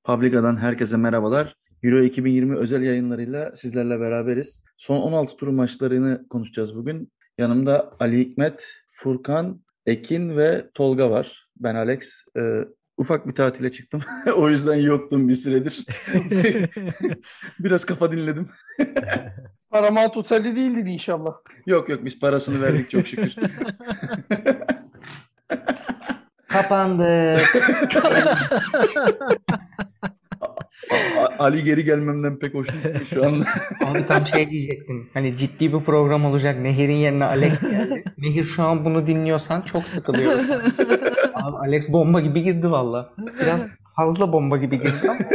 Publica'dan herkese merhabalar. Euro 2020 özel yayınlarıyla sizlerle beraberiz. Son 16 tur maçlarını konuşacağız bugün. Yanımda Ali Hikmet, Furkan, Ekin ve Tolga var. Ben Alex. Ufak bir tatile çıktım. O yüzden yoktum bir süredir. Biraz kafa dinledim. Paramount Otel'de değildin inşallah. Yok yok, biz parasını verdik çok şükür. Kapandı. Ali geri gelmemden pek hoşnut değil şu anda. Abi tam şey diyecektim. Hani ciddi bir program olacak. Nehir'in yerine Alex geldi. Nehir şu an bunu dinliyorsan çok sıkılıyoruz. Abi Alex bomba gibi girdi valla. Biraz fazla bomba gibi girdi ama.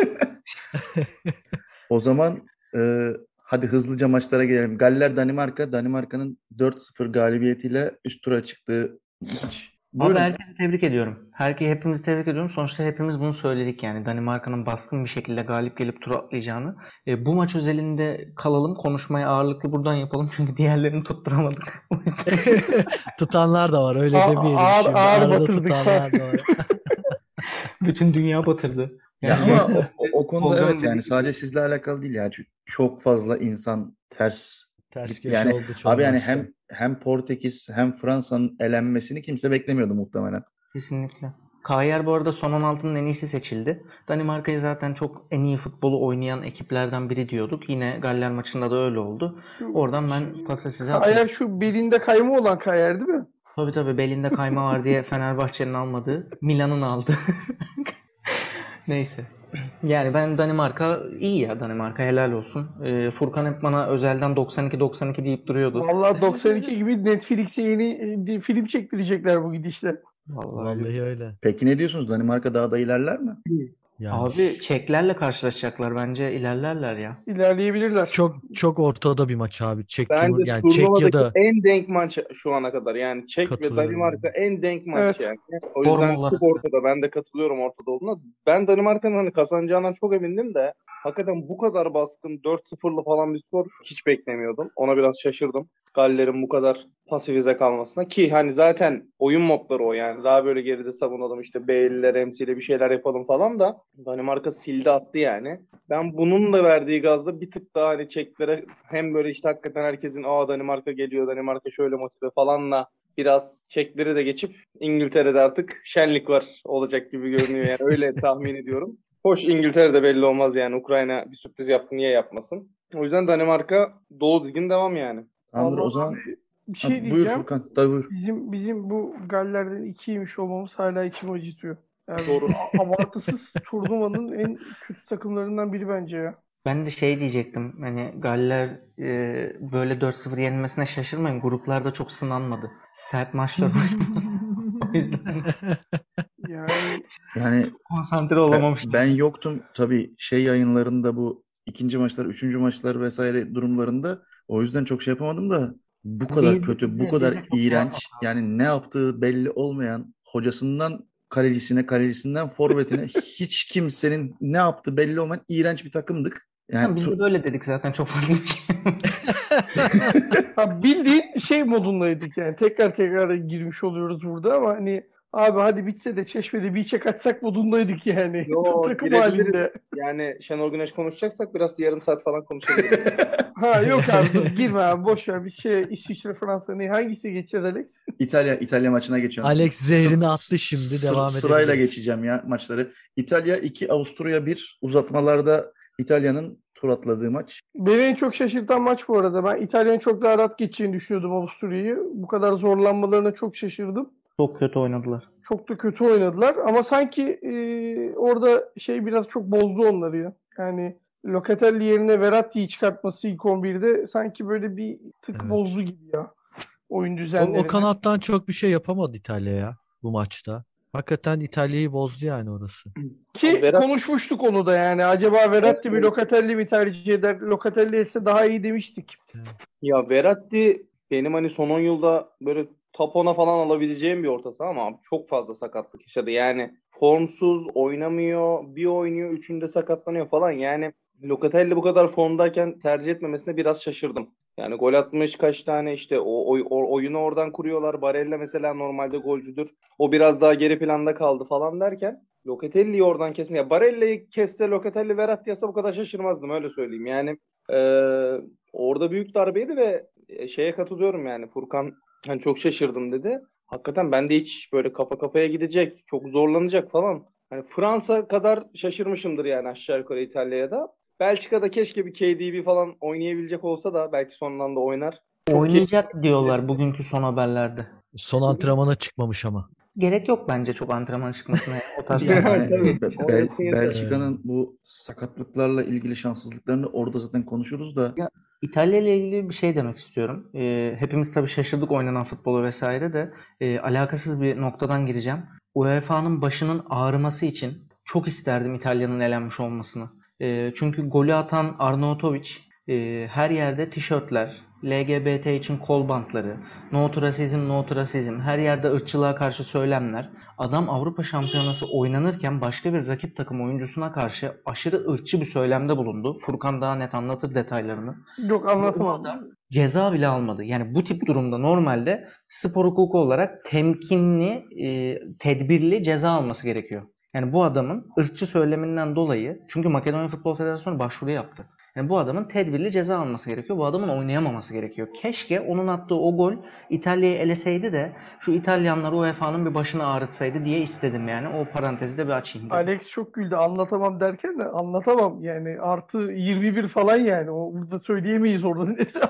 O zaman hadi hızlıca maçlara gelelim. Galler Danimarka. Danimarka'nın 4-0 galibiyetiyle üst tura çıktığı maç. Abi Buyurun. herkesi tebrik ediyorum. Hepimizi tebrik ediyorum. Sonuçta hepimiz bunu söyledik yani. Danimarka'nın baskın bir şekilde galip gelip tura atlayacağını. Bu maç özelinde kalalım. Konuşmayı ağırlıklı buradan yapalım. Çünkü diğerlerini tutturamadık. O yüzden Tutanlar da var, öyle demeyelim Ağır şimdi. ağır Arada batırdık. tutanlar da var. bütün dünya batırdı. Ya Yani ama o konuda Tolga'nın evet, yani dediği sadece sizle alakalı değil ya. Çünkü çok fazla insan ters Ters gitti. köşe Yani oldu çoğu abi, yani maçta. hem Portekiz hem Fransa'nın elenmesini kimse beklemiyordu muhtemelen. Kesinlikle. Kayer bu arada son 16'nın en iyisi seçildi. Danimarka'yı zaten çok en iyi futbolu oynayan ekiplerden biri diyorduk. Yine Galler maçında da öyle oldu. Oradan ben pası size atayım. Kayer şu belinde kayma olan Kayer değil mi? Tabii belinde kayma var diye Fenerbahçe'nin almadığı, Milan'ın aldı. Neyse. Yani ben Danimarka iyi ya, Danimarka helal olsun. Furkan hep bana özelden 92 deyip duruyordu. Vallahi 92 gibi Netflix'e yeni film çektirecekler bu gidişle. Vallahi öyle. Peki ne diyorsunuz? Danimarka daha da ilerler mi? Yani Abi Çeklerle karşılaşacaklar, bence ilerlerler ya. İlerleyebilirler. çok ortada bir maç abi. Bence Yani turnuvadaki Çekya'da en denk maç şu ana kadar. Yani Çek ve katılıyorum. Danimarka en denk maç Evet. yani. O Form yüzden olarak çok ortada. Ben de katılıyorum ortada olduğuna. Ben Danimarka'nın hani kazanacağından çok emindim de hakikaten bu kadar baskın 4-0'lı falan bir skor hiç beklemiyordum. Ona biraz şaşırdım. Galler'in bu kadar pasifize kalmasına, ki hani zaten oyun modları o yani. Daha böyle geride savunalım, işte Bale'ler emsiyle bir şeyler yapalım falan da Danimarka sildi attı yani. Ben bunun da verdiği gazda bir tık daha hani Çeklere hem böyle işte hakikaten herkesin Danimarka geliyor, Danimarka şöyle motive falanla biraz Çekleri de geçip İngiltere'de artık şenlik var olacak gibi görünüyor yani, öyle tahmin ediyorum. Hoş, İngiltere'de belli olmaz yani, Ukrayna bir sürpriz yaptı, niye yapmasın. O yüzden Danimarka dolu dizgin devam yani. Tamamdır o Vallahi zaman. Bir şey Buyur diyeceğim. Furkan. Tabii buyur. Bizim bu Galler'den ikiymiş olmamız hala içimi acıtıyor. Yani Doğru. abartısız turnuvanın en kötü takımlarından biri bence ya. Ben de şey diyecektim. Hani Galler böyle 4-0 yenilmesine şaşırmayın. Gruplarda çok sınanmadı. Sert maçlar oynadı. O yüzden Yani konsantre olamamış. Ben yoktum tabii yayınlarında, bu ikinci maçlar, üçüncü maçlar vesaire durumlarında. O yüzden çok şey yapamadım da bu kadar Biz de- kötü, biz bu de- kadar biz de çok şey iğrenç, yapmadık. yani ne yaptığı belli olmayan, hocasından kalecisinden forvetine hiç kimsenin ne yaptığı belli olmayan iğrenç bir takımdık. Yani Biz de böyle dedik zaten, çok fazla bir şey. bildiğin şey modundaydık yani. Tekrar girmiş oluyoruz burada ama hani abi hadi bitse de Çeşme'de bir içe kaçsak modundaydık yani. Yo, Takım girebiliriz. halinde. Yani Şenol Güneş konuşacaksak biraz yarım saat falan konuşabiliriz. Ha yok abi dur girme abi boş ver. Bir İsviçre, Fransa hangisi geçeceğiz Alex? İtalya maçına geçiyorum. Alex zehrini attı, şimdi devam Sırayla edebiliriz. geçeceğim ya maçları. İtalya 2, Avusturya 1. Uzatmalarda İtalya'nın tur atladığı maç. Beni en çok şaşırtan maç bu arada. Ben İtalya'nın çok daha rahat geçeceğini düşünüyordum Avusturya'yı. Bu kadar zorlanmalarına çok şaşırdım. Çok kötü oynadılar. Çok da kötü oynadılar ama sanki orada biraz çok bozdu onları ya. Yani Locatelli yerine Verratti'yi çıkartması ilk 11'de sanki böyle bir tık Evet. bozdu gibi ya oyun O düzenlerini. kanattan çok bir şey yapamadı İtalya ya bu maçta. Hakikaten İtalya'yı bozdu yani orası. Ki Verratti- konuşmuştuk onu da yani. Acaba Verratti mi Locatelli mi tercih eder? Locatelli etse daha iyi demiştik. Ya Verratti benim hani son 10 yılda böyle top 10'a falan alabileceğim bir orta saha ama abi çok fazla sakatlık yaşadı. Yani formsuz, oynamıyor, bir oynuyor, üçünde sakatlanıyor falan. Yani Locatelli bu kadar formdayken tercih etmemesine biraz şaşırdım. Yani gol atmış kaç tane işte oyunu oradan kuruyorlar. Barella mesela normalde golcüdür. O biraz daha geri planda kaldı falan derken Locatelli'yi oradan kesmiyor. Ya Barella'yı kesse Locatelli Verratti yapsa bu kadar şaşırmazdım öyle söyleyeyim. Yani orada büyük darbeydi ve şeye katılıyorum yani Furkan hani çok şaşırdım dedi. Hakikaten ben de hiç böyle kafa kafaya gidecek, çok zorlanacak falan. Hani Fransa kadar şaşırmışımdır yani aşağı yukarı İtalya'ya da. Belçika'da keşke bir KDB falan oynayabilecek olsa da belki sonradan da oynar. Çok Oynayacak diyorlar bugünkü son haberlerde. Son antrenmana çıkmamış ama. Gerek yok bence çok antrenman çıkmasına o tarz Yani konularda. tabii. Oynasın yeter. Belçika'nın bu sakatlıklarla ilgili şanssızlıklarını orada zaten konuşuruz da Ya, İtalya ile ilgili bir şey demek istiyorum. Hepimiz tabii şaşırdık oynanan futbolu vesaire de alakasız bir noktadan gireceğim. UEFA'nın başının ağrıması için çok isterdim İtalya'nın elenmiş olmasını. Çünkü golü atan Arnautovic her yerde tişörtler, LGBT için kol bantları, no to racism, no to racism, her yerde ırkçılığa karşı söylemler. Adam Avrupa Şampiyonası oynanırken başka bir rakip takım oyuncusuna karşı aşırı ırkçı bir söylemde bulundu. Furkan daha net anlatır detaylarını. Yok anlatamam. Ceza bile almadı. Yani bu tip durumda normalde spor hukuku olarak temkinli, tedbirli ceza alması gerekiyor. Yani bu adamın ırkçı söyleminden dolayı, çünkü Makedonya Futbol Federasyonu başvuru yaptı. Yani bu adamın tedbirli ceza alması gerekiyor. Bu adamın oynayamaması gerekiyor. Keşke onun attığı o gol İtalya'yı eleseydi de şu İtalyanlar UEFA'nın bir başını ağrıtsaydı diye istedim yani. O parantezi de bir açayım dedim. Alex çok güldü. Anlatamam derken de anlatamam. Yani artı 21 falan yani. O burada söyleyemeyiz orada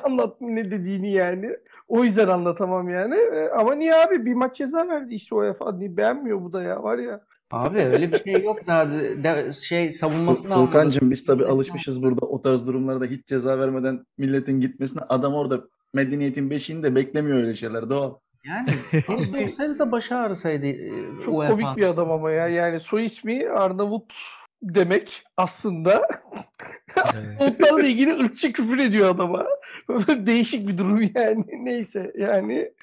ne dediğini yani. O yüzden anlatamam yani. Ama niye abi? Bir maç ceza verdi işte UEFA. Beğenmiyor bu da ya var ya. Abi öyle bir şey yok daha savunmasını almadı. Furkancığım biz tabii alışmışız burada o tarz durumlarda hiç ceza vermeden milletin gitmesine. Adam orada medeniyetin beşiğini de beklemiyor öyle şeyler doğal. Yani keşke olsaydı da başı ağrısaydı Çok UEFA. komik bir adam ama ya. Yani soy ismi Arnavut demek aslında. Onlarla ilgili ırkçı küfür ediyor adama. Değişik bir durum yani. Neyse yani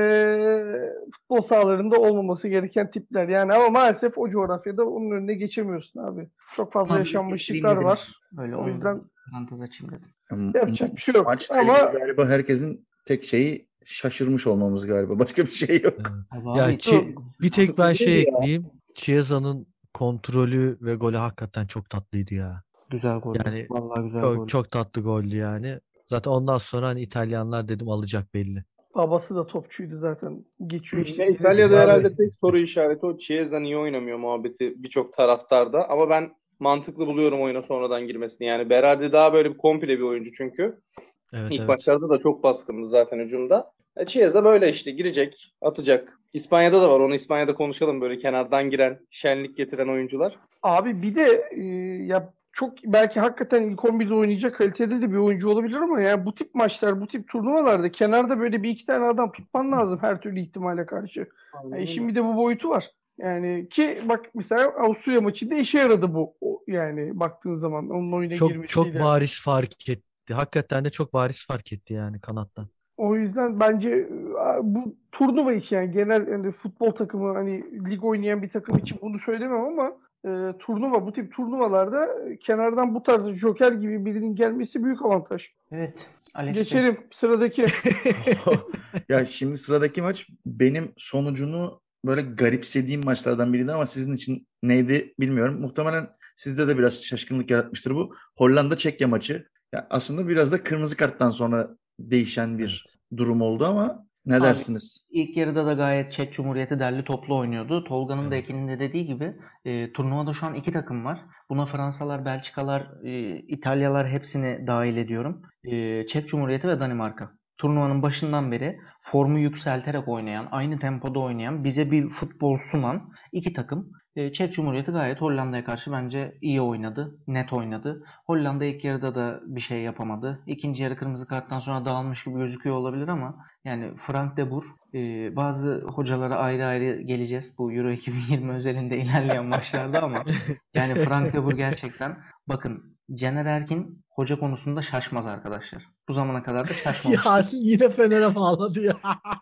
futbol sahalarında olmaması gereken tipler. Yani ama maalesef o coğrafyada onun önüne geçemiyorsun abi. Çok fazla yaşanmışlıklar var. Öyle O yüzden parantez açayım dedim. yapacak bir şey yok. Maçla Ama ilgili galiba herkesin tek şeyi şaşırmış olmamız galiba. Başka bir şey yok. Ya bir tek ben Değil ya. ekleyeyim. Chiesa'nın kontrolü ve golü hakikaten çok tatlıydı ya. Güzel gol. Yani Vallahi güzel gol. çok tatlı goldü yani. Zaten ondan sonra hani İtalyanlar dedim alacak belli. babası da topçuydu zaten. Geçiyor işte. İtalya'da Abi. herhalde tek soru işareti o Chiesa niye oynamıyor muhabbeti birçok taraftarda. Ama ben mantıklı buluyorum oyuna sonradan girmesini. Yani Berardi daha böyle bir komple bir oyuncu çünkü. Evet, İlk başlarda da çok baskındı zaten hücumda. Chiesa böyle işte girecek, atacak. İspanya'da da var. Onu İspanya'da konuşalım böyle kenardan giren, şenlik getiren oyuncular. Abi bir de ya çok belki hakikaten ilk 11'de oynayacak kalitede de bir oyuncu olabilir ama yani bu tip maçlar, bu tip turnuvalarda kenarda böyle bir iki tane adam tutman lazım her türlü ihtimale karşı. Yani işin bir de bu boyutu var. Yani ki bak mesela Avusturya maçında işe yaradı bu. Yani baktığın zaman onun oyuna Çok girmesiyle. bariz fark etti. Hakikaten de çok bariz fark etti yani kanattan. O yüzden bence bu turnuva için yani genel yani futbol takımı hani lig oynayan bir takım için bunu söylemem ama turnuva bu tip turnuvalarda kenardan bu tarz joker gibi birinin gelmesi büyük avantaj. Evet. Alex Geçelim sıradaki. Ya şimdi sıradaki maç benim sonucunu böyle garipsediğim maçlardan biriydi ama sizin için neydi bilmiyorum. Muhtemelen sizde de biraz şaşkınlık yaratmıştır bu. Hollanda-Çekya maçı. Ya aslında biraz da kırmızı karttan sonra değişen bir durum oldu ama ne Abi, dersiniz? İlk yarıda da gayet Çek Cumhuriyeti derli toplu oynuyordu. Tolga'nın da Ekin'in de dediği gibi turnuvada şu an iki takım var. Buna Fransalar, Belçikalar, İtalyalar hepsini dahil ediyorum. Çek Cumhuriyeti ve Danimarka. Turnuvanın başından beri formu yükselterek oynayan, aynı tempoda oynayan, bize bir futbol sunan iki takım. Çek Cumhuriyeti gayet Hollanda'ya karşı bence iyi oynadı, net oynadı. Hollanda ilk yarıda da bir şey yapamadı. İkinci yarı kırmızı karttan sonra dağılmış gibi gözüküyor olabilir ama yani Frank de Boer, bazı hocalara ayrı ayrı geleceğiz bu Euro 2020 özelinde ilerleyen maçlarda ama yani Frank de Boer gerçekten bakın Caner Erkin hoca konusunda şaşmaz arkadaşlar. Bu zamana kadar da şaşmamış. Ya yine Fener'e bağladı ya.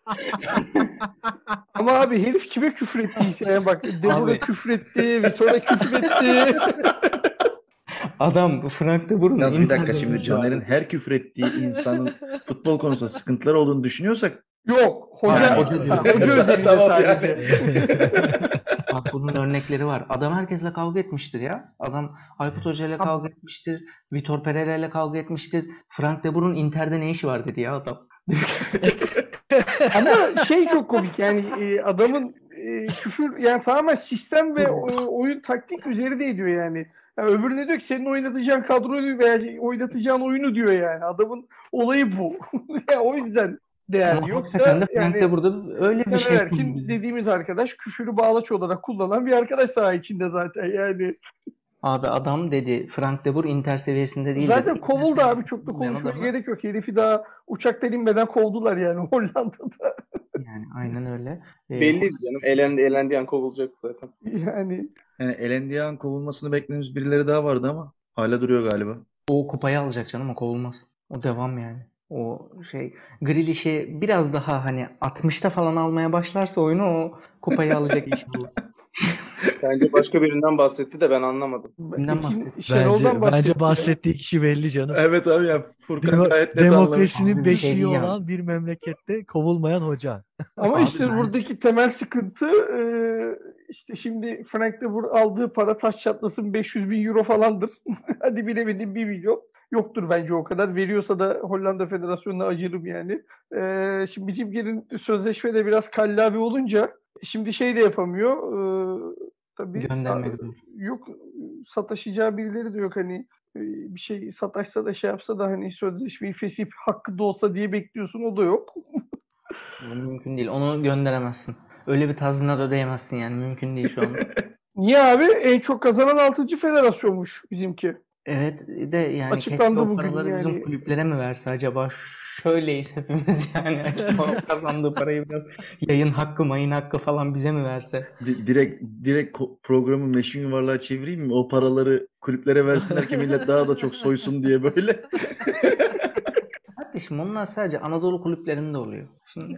Ama abi herif kime küfür ettiyse yani bak Deborah küfür etti, Vitor'a küfür etti. Adam Frank de Boer'un Yalnız bir dakika, Inter'de şimdi ne işi var Caner'in dedi. her küfür ettiği insanın futbol konusunda sıkıntıları olduğunu düşünüyorsak Yok. Hayır, Hoca, hoca diyor. hoca özelinde Tamam sadece. Bak bunun örnekleri var. Adam herkesle kavga etmiştir ya. Adam Aykut Hoca ile kavga etmiştir. Vitor Pereira ile kavga etmiştir. Frank de Boer'un Inter'de ne işi var dedi ya adam. Ama şey çok komik yani adamın küfür yani tamamen sistem ve oyun taktik üzerinde ediyor yani. Yani öbürü de diyor ki senin oynatacağın kadroyu veya oynatacağın oyunu diyor yani. Adamın olayı bu. Yani o yüzden değerli. Ama Yoksa hakikaten de Frank yani de Boer'da öyle bir Caner şey Erkin dediğimiz arkadaş küfürü bağlaç olarak kullanan bir arkadaş saha içinde zaten yani. Abi adam dedi Frank de Boer Inter seviyesinde değil Zaten dedi. kovuldu Inter abi, seviyesinde çok da olmayan konuşmaya adamı- gerek yok. Herifi daha uçaktan inmeden kovdular yani Hollanda'da. Yani aynen öyle. Belliydi canım. Elendiği an kovulacak zaten. Yani yani elendiği an kovulmasını beklediğimiz birileri daha vardı ama hala duruyor galiba. O kupayı alacak canım, o kovulmaz. O devam yani. O şey Grealish'i biraz daha hani 60'ta falan almaya başlarsa oyunu o kupayı alacak inşallah. Bence başka birinden bahsetti de ben anlamadım. Kimden Ekin bahsettin? Şenol'dan bahsetti Bence ya. bahsettiği kişi belli canım. Evet abi ya, Furkan gayet net Demokrasinin Abi bir şey beşiği diyeceğim. olan bir memlekette kovulmayan hoca. Ama Abi işte ben- buradaki temel sıkıntı işte şimdi Frank de Boer aldığı para taş çatlasın 500 bin euro falandır. Hadi bilemedim 1 milyon. Yoktur bence o kadar. Veriyorsa da Hollanda Federasyonu'na acırım yani. Şimdi bizimkinin sözleşme de biraz kallavi olunca şimdi şey de yapamıyor. Tabii Gönderme gibi. yok, sataşacağı birileri de yok hani bir şey sataşsa da şey yapsa da hani sözleşmeyi fesih hakkı da olsa diye bekliyorsun, o da yok. Bu mümkün değil. Onu gönderemezsin. Öyle bir tazminat ödeyemezsin yani. Mümkün değil şu an. Niye abi? En çok kazanan 6. federasyonmuş bizimki. Evet de yani Açıklandı keşke o bugün paraları bizim yani. kulüplere mi verse acaba? Şöyleyiz hepimiz yani. Acaba o kazandığı parayı biraz yayın hakkı, mayın hakkı falan bize mi verse? Direkt programı meşin yuvarlığa çevireyim mi? O paraları kulüplere versinler ki millet daha da çok soysun diye böyle. Kardeşim onlar sadece Anadolu kulüplerinde oluyor. Şimdi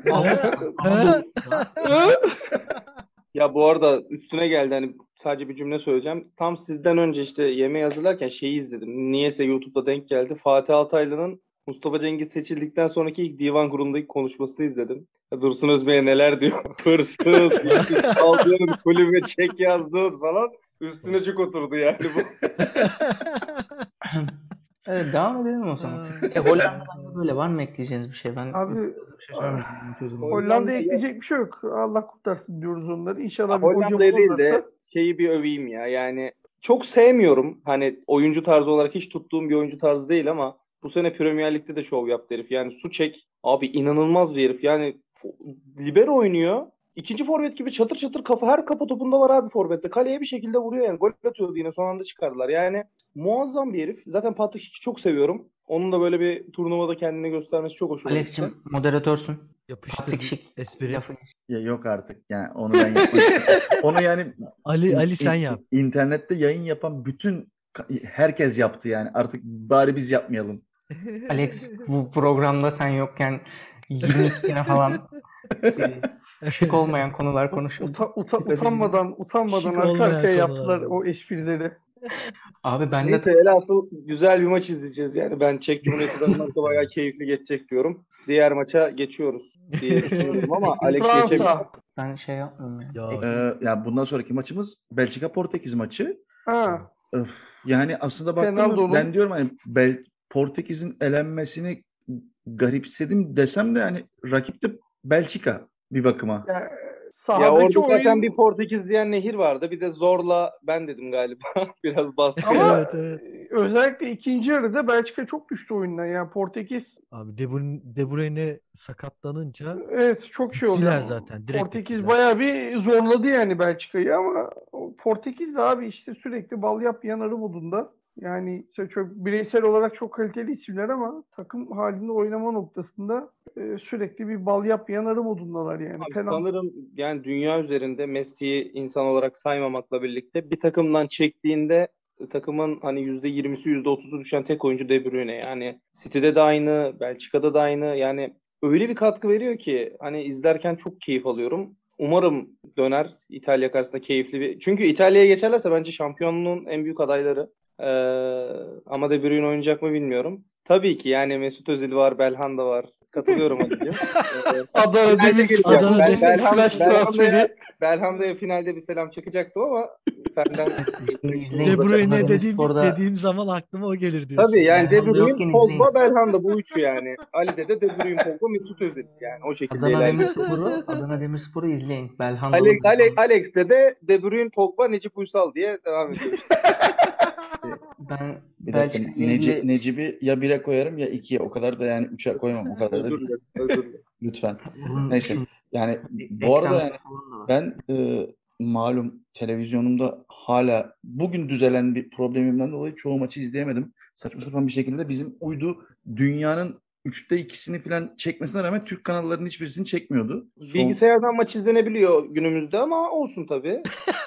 Ya bu arada üstüne geldi, hani sadece bir cümle söyleyeceğim. Tam sizden önce işte yemeği hazırlarken şeyi izledim. Niyeyse YouTube'da denk geldi. Fatih Altaylı'nın Mustafa Cengiz seçildikten sonraki ilk divan kurulundaki konuşmasını izledim. Ya Dursun Özbey'e neler diyor. Hırsız, çaldığın, kulübe çek yazdığın falan. Üstüne çok oturdu yani bu. Evet, devam edelim o zaman. Hollanda'dan da böyle var mı ekleyeceğiniz bir şey? Ben Abi şaşırmıştım bu çözümü. Hollanda'ya ekleyecek bir şey yok. Allah kurtarsın diyoruz onları. İnşallah bir hoca Hollanda'ya değil de bulurlarsa. şeyi bir öveyim ya. Yani çok sevmiyorum. Hani oyuncu tarzı olarak hiç tuttuğum bir oyuncu tarzı değil ama bu sene Premier Lig'de de şov yaptı herif. Yani Suçek abi inanılmaz bir herif. Yani libero oynuyor. İkinci forvet gibi çatır çatır her kafa topunda var abi forvette. Kaleye bir şekilde vuruyor yani. Gol atıyordu yine, son anda çıkardılar. Yani muazzam bir herif. Zaten Patrick'i çok seviyorum. Onun da böyle bir turnuvada kendini göstermesi çok hoşuma gitti. Alex'cim moderatörsün. Yapıştır Pasik bir şık. espri. Lafı. Ya yok artık yani, onu ben yapmak onu yani Ali sen yap. internette yayın yapan bütün herkes yaptı yani. Artık bari biz yapmayalım. Alex bu programda sen yokken 22 kere falan şık olmayan konular konuşuldu. Utanmadan Şık arka olmayan arkaya konular yaptılar var. o esprileri. Abi ben de Neyse, velhasıl güzel bir maç izleyeceğiz yani. Ben Çek Cumhuriyeti Danimarka bayağı keyifli geçecek diyorum. Diğer maça geçiyoruz diye düşünüyorum ama Alex geçebilir. Fransa. ben şey yapmıyorum ya. Ya Ya bundan sonraki maçımız Belçika Portekiz maçı. Ha. Öf, yani aslında baktığımda Fernando'nun- ben diyorum hani Portekiz'in elenmesini garipsedim desem de hani rakip de Belçika bir bakıma. Ya, Ya sahadaki orada zaten oyun- bir Portekiz diyen nehir vardı. Bir de zorla ben dedim galiba. Biraz baskı. ama Evet. özellikle ikinci yarıda Belçika çok düştü oyundan. Yani Portekiz Abi De Bruyne sakatlanınca evet çok şey oldu. bittiler zaten. Direkt Portekiz bittiler. bayağı bir zorladı yani Belçika'yı ama Portekiz de abi işte sürekli bal yap yanarı modunda. Yani işte çok bireysel olarak çok kaliteli isimler ama takım halinde oynama noktasında sürekli bir bal yap yanarı modundalar yani. Abi Penaltı. sanırım yani dünya üzerinde Messi'yi insan olarak saymamakla birlikte bir takımdan çektiğinde takımın hani %20'si %30'u düşen tek oyuncu De Bruyne. Yani City'de de aynı, Belçika'da da aynı. Yani öyle bir katkı veriyor ki hani izlerken çok keyif alıyorum. Umarım döner İtalya karşısında keyifli bir. Çünkü İtalya'ya geçerlerse bence şampiyonluğun en büyük adayları. Ama De Bruyne oynayacak mı bilmiyorum. Tabii ki yani Mesut Özil var, Belhanda var. Katılıyorum Ali'cim. Adana Finalde Demirspor geleceğim. Adana Demir- flash transferi. Belhanda'ya finalde bir selam çakacaktım ama senden Şimdi izleyin. De Bruyne Adana dediğim, Demirspor'da dediğim zaman aklıma o gelir diyorsun. tabii yani De Belhanda Bruyne, yokken Pogba, Belhanda bu üçü yani. Ali'de de De Bruyne, Pogba, Mesut Özil yani o şekilde Adana ilerliyor. Adana Demirspor'u izleyin. Belhandalı Alex'te de De Bruyne, Pogba, Necip Uysal diye devam ediyor. ben Bir dakika, Belçika ile ilgili Necip'i ya 1'e koyarım ya 2'ye. O kadar da yani 3'e koymam. O kadar da Özür değil. dilerim. Özür dilerim. Lütfen. bunun Neyse. şimdi Yani bu arada ekranları yani falan da var. ben malum televizyonumda hala bugün düzelen bir problemimden dolayı çoğu maçı izleyemedim. Saçma sapan bir şekilde bizim uydu dünyanın 3'te 2'sini falan çekmesine rağmen Türk kanallarının hiçbirisini çekmiyordu. Bilgisayardan maç izlenebiliyor günümüzde ama olsun tabii.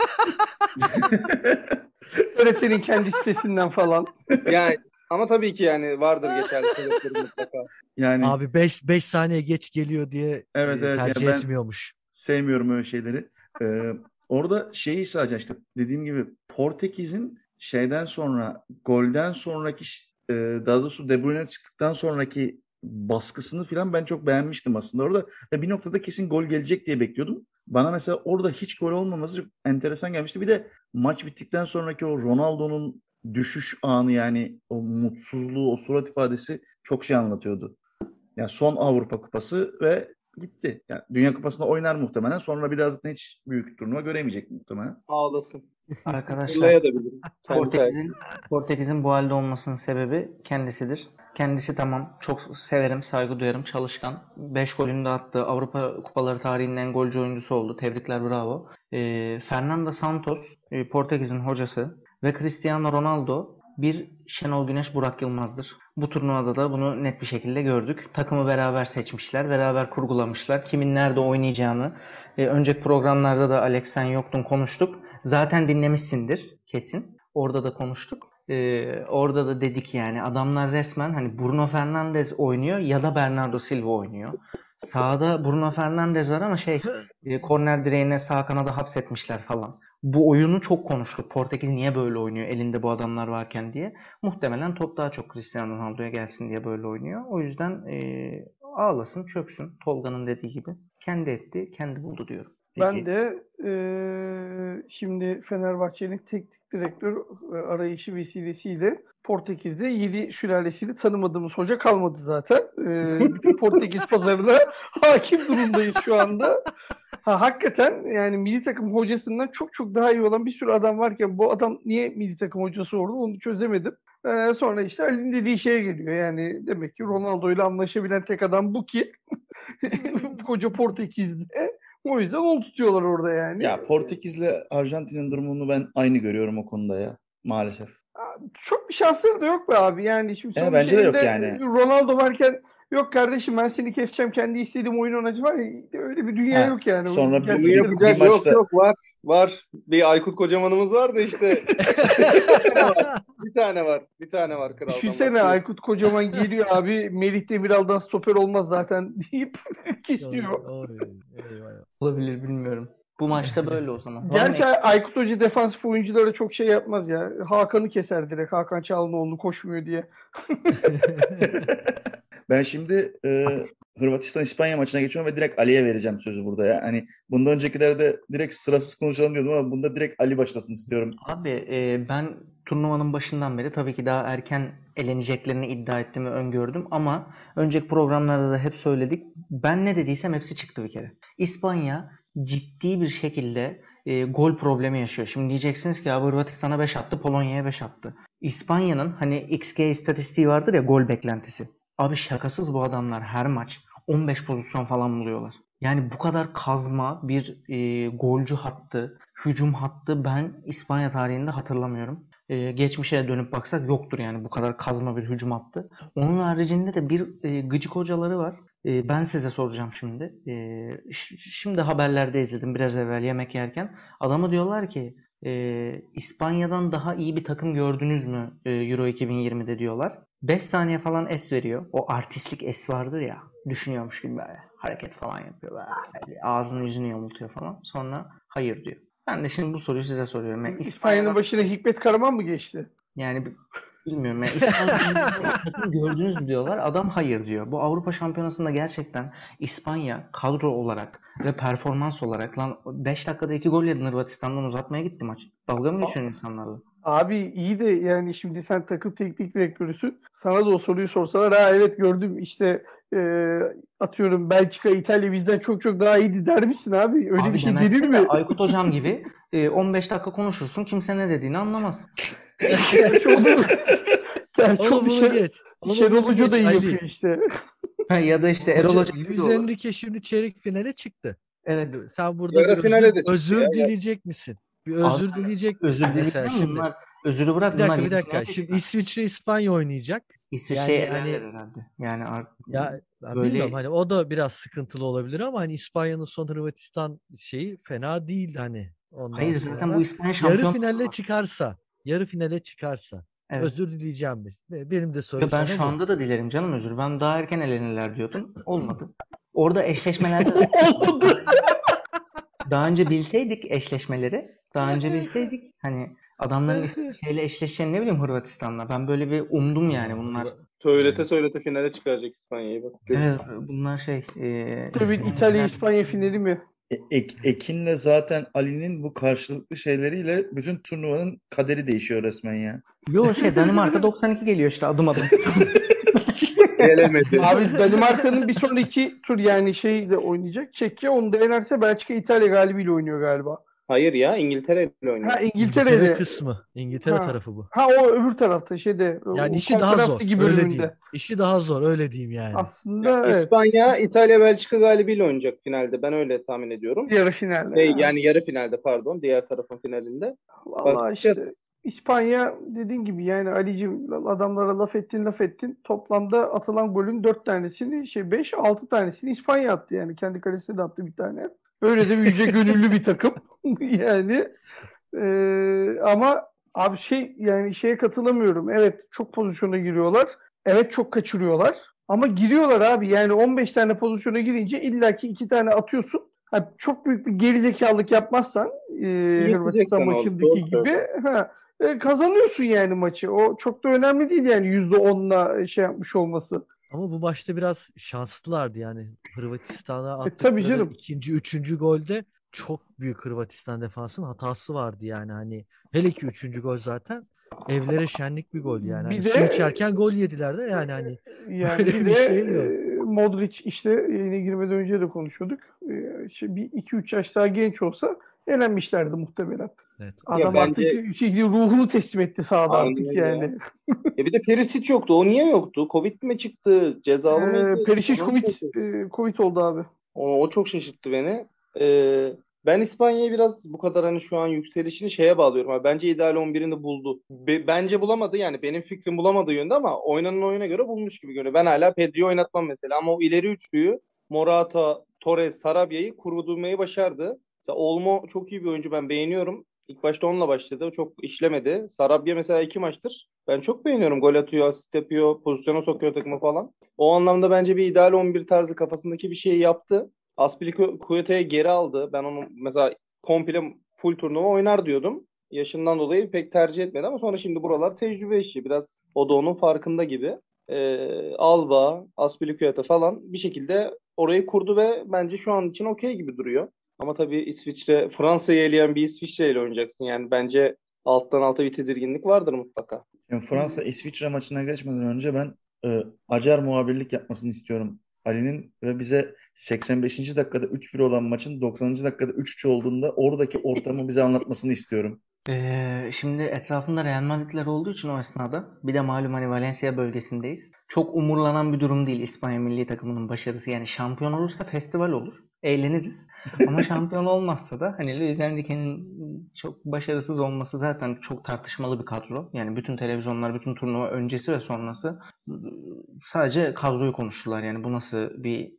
Öğretmenin kendi sitesinden falan. Yani ama tabii ki yani vardır geçerli sebepleri mutlaka. Yani Abi 5 saniye geç geliyor diye evet tercih yani ben etmiyormuş. sevmiyorum öyle şeyleri. Orada şeyi sadece işte dediğim gibi Portekiz'in şeyden sonra golden sonraki daha doğrusu De Bruyne çıktıktan sonraki baskısını falan ben çok beğenmiştim aslında orada. Ve bir noktada kesin gol gelecek diye bekliyordum. Bana mesela orada hiç gol olmaması çok enteresan gelmişti. Bir de maç bittikten sonraki o Ronaldo'nun düşüş anı yani o mutsuzluğu, o surat ifadesi çok şey anlatıyordu. Yani son Avrupa Kupası ve gitti. Yani Dünya Kupası'nda oynar muhtemelen. Sonra bir daha zaten hiç büyük turnuva göremeyecek muhtemelen. Ağlasın. Arkadaşlar Fırlayabilir. Kendi Portekiz'in bu halde olmasının sebebi kendisidir. Kendisi tamam çok severim, saygı duyarım, çalışkan. 5 golünü de attı. Avrupa Kupaları tarihinin en golcü oyuncusu oldu. Tebrikler, bravo. Fernando Santos, Portekiz'in hocası ve Cristiano Ronaldo bir Şenol Güneş, Burak Yılmaz'dır. Bu turnuvada da bunu net bir şekilde gördük. Takımı beraber seçmişler, beraber kurgulamışlar. Kimin nerede oynayacağını. Önceki programlarda da Alex sen yoktun konuştuk. Zaten dinlemişsindir kesin. Orada da konuştuk. Orada da dedik yani adamlar resmen hani Bruno Fernandes oynuyor ya da Bernardo Silva oynuyor. Sağda Bruno Fernandes var ama korner direğine sağ kanada hapsetmişler falan. Bu oyunu çok konuştuk. Portekiz niye böyle oynuyor elinde bu adamlar varken diye. Muhtemelen top daha çok Cristiano Ronaldo'ya gelsin diye böyle oynuyor. O yüzden ağlasın, çöksün. Tolga'nın dediği gibi. Kendi etti, kendi buldu diyorum. Peki. Ben de şimdi Fenerbahçe'nin teknik direktör arayışı vesilesiyle Portekiz'de 7 sülalesiyle tanımadığımız hoca kalmadı zaten. Bütün Portekiz pazarına hakim durumdayız şu anda. Hakikaten yani milli takım hocasından çok çok daha iyi olan bir sürü adam varken bu adam niye milli takım hocası oldu onu çözemedim. Sonra işte Ali'nin dediği şeye geliyor. Yani demek ki Ronaldo ile anlaşabilen tek adam bu ki koca Portekiz'de. O yüzden onu tutuyorlar orada yani. Ya Portekiz'le Arjantin'in durumunu ben aynı görüyorum o konuda ya. Maalesef. Çok bir şansları da yok be abi. Yani şimdi sonuç bence de yok elinde yani. Ronaldo varken yok kardeşim ben seni keseceğim kendi istediğim oyun oynayacağım var ya, öyle bir dünya yok yani. Sonra Gerçekten Bunu yapacak bir maçta- yok var. Bir Aykut Kocaman'ımız var da işte. Bir tane var kraldan. Düşünsene Başka yok. Aykut Kocaman geliyor abi Melih Demiral'dan stoper olmaz zaten deyip kesiyor. Eyvah. Olabilir, bilmiyorum. Bu maçta böyle o zaman. Gerçi Aykut Hoca defansif oyunculara çok şey yapmaz ya. Hakan'ı keser direkt. Hakan Çalhanoğlu koşmuyor diye. Ben şimdi Hırvatistan-İspanya maçına geçiyorum ve direkt Ali'ye vereceğim sözü burada ya. Hani bundan öncekilerde direkt sırasız konuşalım diyordum ama bunda direkt Ali başlasın istiyorum. Abi ben turnuvanın başından beri tabii ki daha erken eleneceklerini iddia ettim ve öngördüm ama önceki programlarda da hep söyledik. Ben ne dediysem hepsi çıktı bir kere. İspanya ciddi bir şekilde gol problemi yaşıyor. Şimdi diyeceksiniz ki abi Hırvatistan'a 5 attı, Polonya'ya 5 attı. İspanya'nın hani XG istatistiği vardır ya, gol beklentisi. Abi şakasız bu adamlar her maç 15 pozisyon falan buluyorlar. Yani bu kadar kazma bir golcü hattı, hücum hattı ben İspanya tarihinde hatırlamıyorum. Geçmişe dönüp baksak yoktur yani bu kadar kazma bir hücum hattı. Onun haricinde de bir gıcık hocaları var. Ben size soracağım şimdi. Şimdi haberlerde izledim biraz evvel yemek yerken. Adamı diyorlar ki İspanya'dan daha iyi bir takım gördünüz mü Euro 2020'de diyorlar. 5 saniye falan es veriyor. O artistlik es vardır ya. Düşünüyormuş gibi böyle hareket falan yapıyor. Böyle ağzını yüzünü yamultuyor falan. Sonra hayır diyor. Ben de şimdi bu soruyu size soruyorum. Yani İspanya'nın başına Hikmet Karaman mı geçti? Yani bilmiyorum. Yani İspanya'yı gördünüz mü diyorlar. Adam hayır diyor. Bu Avrupa Şampiyonası'nda gerçekten İspanya kadro olarak ve performans olarak lan 5 dakikada 2 gol yedin, Hırvatistan'dan uzatmaya gitti maç. Dalga mı geçiyorsun insanlarla? Abi iyi de yani şimdi sen takım teknik direktörüsün. Sana da o soruyu sorsalar ha evet gördüm işte atıyorum Belçika, İtalya bizden çok çok daha iyiydi der misin abi? Öyle bir Abi şey denir demezsin de mi? Aykut Hocam gibi 15 dakika konuşursun, kimse ne dediğini anlamaz. Gerçi onu, gerçi Onu onu bunu geç. Onu Şenol bunu Hoca da geç iyi Ali. yapıyor işte. Ya da işte Erol Hoca Hoca gibi de Luis olur. Enrique şimdi çeyrek finale çıktı. Evet. Şimdi sen burada Yarı bir finale de çıktı özür ya. dileyecek misin? Bir Abi özür dileyecek özür misin mesela dileyeceğim. şimdi? Bunlar özürü bırak, Bir bunlar dakika bir yarı dakika. finale Şimdi çıkar. İsviçre İspanya oynayacak. İsviçre'yi Yani elerler hani herhalde. Yani ya ben böyle bilmiyorum hani o da biraz sıkıntılı olabilir ama hani İspanya'nın son Hırvatistan şeyi fena değil hani ondan hayır, zaten bu sonra İspanya yarı şampiyon finale olmaz. çıkarsa Evet. özür dileyeceğim mi? Benim de sorum Ve ben sana şu bu. anda da dilerim canım özür. Ben daha erken elenirler diyordum. Olmadı. Orada eşleşmelerde de Olmadı. daha önce bilseydik eşleşmeleri, daha önce bilseydik hani adamların İsviçre'yle eşleşeceğini, ne bileyim, Hırvatistan'la. Ben böyle bir umdum yani bunlar. Söylete söylete finale çıkaracak İspanya'yı bak. Evet, bunlar Tabii İtalya İspanya finali mi? Ekin'le zaten Ali'nin bu karşılıklı şeyleriyle bütün turnuvanın kaderi değişiyor resmen ya. Yo Danimarka 92 geliyor işte adım adım. Gelemedi. Abi Danimarka'nın bir sonraki tur yani şeyle oynayacak. Çekya onu da yenerse Belçika İtalya galibiyle oynuyor galiba. Hayır ya, İngiltere ile oynuyor. Ha İngiltere İngiltere'de. kısmı. İngiltere Ha. tarafı bu. Ha o öbür tarafta şeyde Yani o işi daha konferans zor. ligi Öyle diyeyim. bölümünde. İşi daha zor. Öyle diyeyim yani. Aslında evet. İspanya, İtalya, Belçika galibiyle oynayacak finalde. Ben öyle tahmin ediyorum. Yarı finalde. Ha. Yani yarı finalde pardon. Diğer tarafın finalinde. Vallahi işte Bakacağız. İspanya dediğin gibi yani Ali'cim adamlara laf ettin. Toplamda atılan golün 4 tanesini 5-6 tanesini İspanya attı yani. Kendi kalesine de attı bir tane. Öyle de bir yüce gönüllü bir takım. Yani ama abi yani şeye katılamıyorum. Evet çok pozisyona giriyorlar. Evet çok kaçırıyorlar. Ama giriyorlar abi. Yani 15 tane pozisyona girince illaki 2 tane atıyorsun. Ha, çok büyük bir gerizekalılık yapmazsan Hırvatistan Yeteceksen oldu. Doğru maçındaki gibi söylüyorsun. kazanıyorsun yani maçı. O çok da önemli değil yani %10'la şey yapmış olması. Ama bu başta biraz şanslılardı yani. Hırvatistan'a Tabii attıkları canım. ikinci, üçüncü golde çok büyük Hırvatistan defansının hatası vardı yani. Hani hele ki üçüncü gol zaten evlere şenlik bir gol yani. Hani Bir su de içerken gol yediler de yani hani yani böyle bir bir de şey yok. Modric işte yayına girmeden önce de konuşuyorduk. Bir 2-3 yaş daha genç olsa elenmişlerdi muhtemelen. Evet. Ya Adam artık bence ruhunu teslim etti sahada aynen artık öyle ya. yani. Bir de Perisic yoktu. O niye yoktu? Covid mi çıktı? Cezalı mıydı? Perisic Onu şaşırttı. Covid oldu abi. O çok şaşırttı beni. Ben İspanya'yı biraz bu kadar hani şu an yükselişini şeye bağlıyorum. Bence ideal 11'ini buldu. Bence bulamadı yani, benim fikrim bulamadığı yönde ama oynanan oyuna göre bulmuş gibi görünüyor. Ben hala Pedri'yi oynatmam mesela ama o ileri üçlüyü Morata, Torres, Sarabia'yı kurdurmayı başardı. Mesela Olmo çok iyi bir oyuncu, ben beğeniyorum. İlk başta onunla başladı. Çok işlemedi. Sarabia mesela 2 maçtır. Ben çok beğeniyorum. Gol atıyor, asist yapıyor, pozisyona sokuyor takımı falan. O anlamda bence bir ideal 11 tarzı kafasındaki bir şey yaptı. Azpilicueta'yı geri aldı. Ben onu mesela komple full turnuva oynar diyordum. Yaşından dolayı pek tercih etmedi ama sonra şimdi buralar tecrübe işi. Biraz o da onun farkında gibi. Alba, Azpilicueta falan bir şekilde orayı kurdu ve bence şu an için okey gibi duruyor. Ama tabii İsviçre, Fransa'yı eleyen bir İsviçre ile oynayacaksın. Yani bence alttan alta bir tedirginlik vardır mutlaka. Yani Fransa İsviçre maçına geçmeden önce ben acar muhabirlik yapmasını istiyorum Ali'nin ve bize 85. dakikada 3-1 olan maçın 90. dakikada 3-3 olduğunda oradaki ortamı bize anlatmasını istiyorum. Şimdi etrafında Real Madrid'ler olduğu için o esnada, bir de malum hani Valencia bölgesindeyiz. Çok umurlanan bir durum değil İspanya milli takımının başarısı. Yani şampiyon olursa festival olur. Eğleniriz. Ama şampiyon olmazsa da hani Luis Enrique'nin çok başarısız olması zaten çok tartışmalı bir kadro. Yani bütün televizyonlar, bütün turnuva öncesi ve sonrası sadece kadroyu konuştular. Yani bu nasıl bir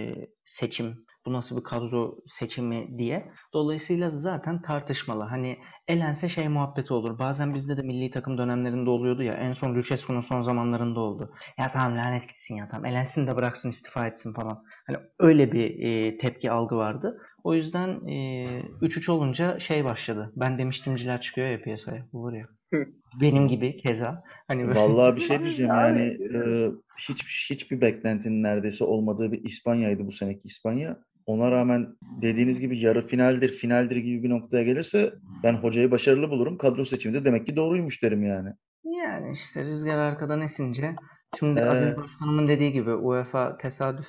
seçim, bu nasıl bir kadro seçimi diye. Dolayısıyla zaten tartışmalı. Hani elense muhabbeti olur. Bazen bizde de milli takım dönemlerinde oluyordu ya. En son Lucescu'nun son zamanlarında oldu. Ya tamam lanet gitsin ya tamam. Elensin de bıraksın, istifa etsin falan. Hani öyle bir tepki algı vardı. O yüzden 3-3 olunca şey başladı. Ben demiştimciler çıkıyor ya piyasaya. Olur ya. Benim gibi keza. Hani böyle Vallahi bir şey diyeceğim Yani yani hiçbir beklentinin neredeyse olmadığı bir İspanya'ydı bu seneki İspanya. Ona rağmen dediğiniz gibi yarı finaldir gibi bir noktaya gelirse ben hocayı başarılı bulurum. Kadro seçimi de demek ki doğruymuş derim yani. yani işte rüzgar arkadan esince şimdi Aziz Ee, Başkanımın dediği gibi UEFA tesadüf.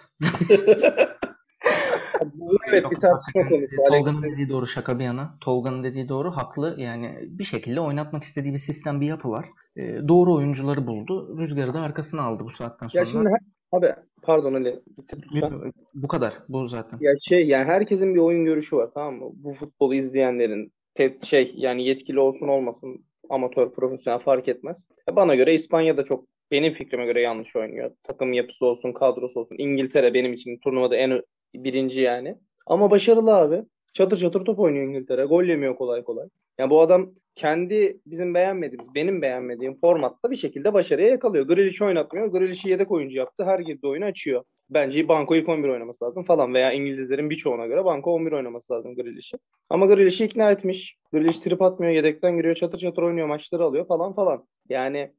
Bu evet bir Yok, tartışma hakikaten konusu. Tolga'nın Alex'in dediği doğru, şaka bir yana. Tolga'nın dediği doğru, haklı. Yani bir şekilde oynatmak istediği bir sistem, bir yapı var. Doğru oyuncuları buldu. Rüzgarı da arkasına aldı bu saatten ya sonra. şimdi abi pardon Ali bitir lütfen. Bu kadar. Bu zaten. Ya yani herkesin bir oyun görüşü var, tamam mı? Bu futbolu izleyenlerin yani yetkili olsun olmasın, amatör profesyonel fark etmez. Bana göre İspanya'da çok, benim fikrime göre yanlış oynuyor. Takım yapısı olsun, kadrosu olsun. İngiltere benim için turnuvada en birinci yani. Ama başarılı abi. Çatır çatır top oynuyor İngiltere. Gol yemiyor kolay kolay. Yani bu adam kendi benim beğenmediğim formatta bir şekilde başarıya yakalıyor. Grealish'i oynatmıyor. Grealish'i yedek oyuncu yaptı. Her girdiği oyunu açıyor. Bence Banko ilk 11 oynaması lazım falan, veya İngilizlerin birçoğuna göre Banko 11 oynaması lazım Grealish'i. Ama Grealish'i ikna etmiş. Grealish trip atmıyor, yedekten giriyor, çatır çatır oynuyor, maçları alıyor falan falan. Yani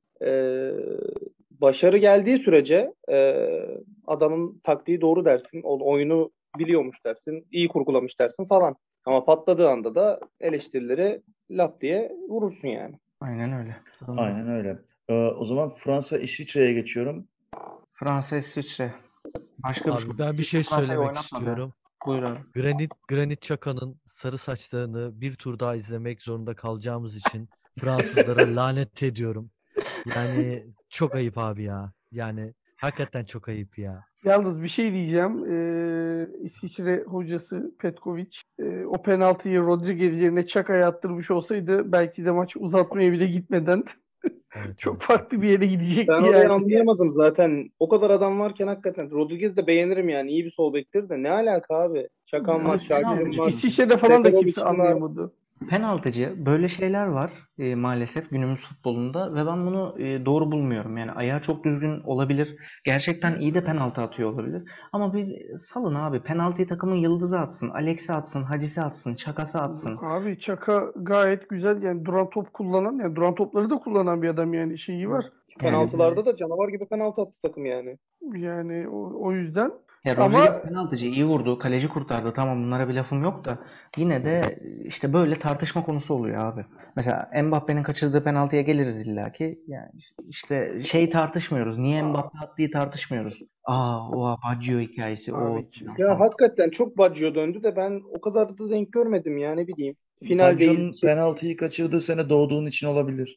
başarı geldiği sürece adamın taktiği doğru dersin, oyunu biliyormuş dersin, iyi kurgulamış dersin falan. Ama patladığı anda da eleştirileri lap diye vurursun yani. Aynen öyle. Aynen öyle. O zaman Fransa İsviçre'ye geçiyorum. Fransa, İsviçre. Başka bir Abi ben bir İsviçre şey Fransa'yı söylemek oynatmadı. istiyorum. Buyur abi. Granit Xhaka'nın sarı saçlarını bir tur daha izlemek zorunda kalacağımız için Fransızlara lanet ediyorum. Yani çok ayıp abi ya. Yani hakikaten çok ayıp ya. yalnız bir şey diyeceğim. İsviçre hocası Petkovic o penaltıyı Rodriguez yerine Çaka'ya attırmış olsaydı belki de maç uzatmaya bile gitmeden Evet, çok evet. farklı bir yere Ben gidecekti orayı yani. anlayamadım zaten. O kadar adam varken hakikaten Rodriguez de beğenirim yani. İyi bir sol bektir de. Ne alaka abi? Çakan var, Abi Şakir'in penaltıcı var, çünkü. İsviçre'de falan da kimse Seferovic'in var. anlayamadı. Penaltıcı, böyle şeyler var maalesef günümüz futbolunda ve ben bunu doğru bulmuyorum. Yani ayağı çok düzgün olabilir. Gerçekten iyi de penaltı atıyor olabilir. Ama bir salın abi. Penaltıyı takımın yıldızı atsın. Alex'i atsın, Hacı'sı atsın, Çakası atsın. Yok abi, Çaka gayet güzel yani, duran top kullanan, yani duran topları da kullanan bir adam, yani şeyi var. Yani Penaltılarda da canavar gibi penaltı attı takım yani. Yani o yüzden ya ama Rodriguez penaltıcı, iyi vurdu. Kaleci kurtardı. Tamam, bunlara bir lafım yok da yine de işte böyle tartışma konusu oluyor abi. Mesela Mbappe'nin kaçırdığı penaltıya geliriz illaki. Yani işte şey tartışmıyoruz. Niye Mbappe attığı tartışmıyoruz. O Baggio hikayesi o abi Ya falan. hakikaten çok Baggio döndü de ben o kadar da denk görmedim ya, ne bileyim. Finaldeyiz. Baggio'nun penaltıyı kaçırdığı sene doğduğun için olabilir.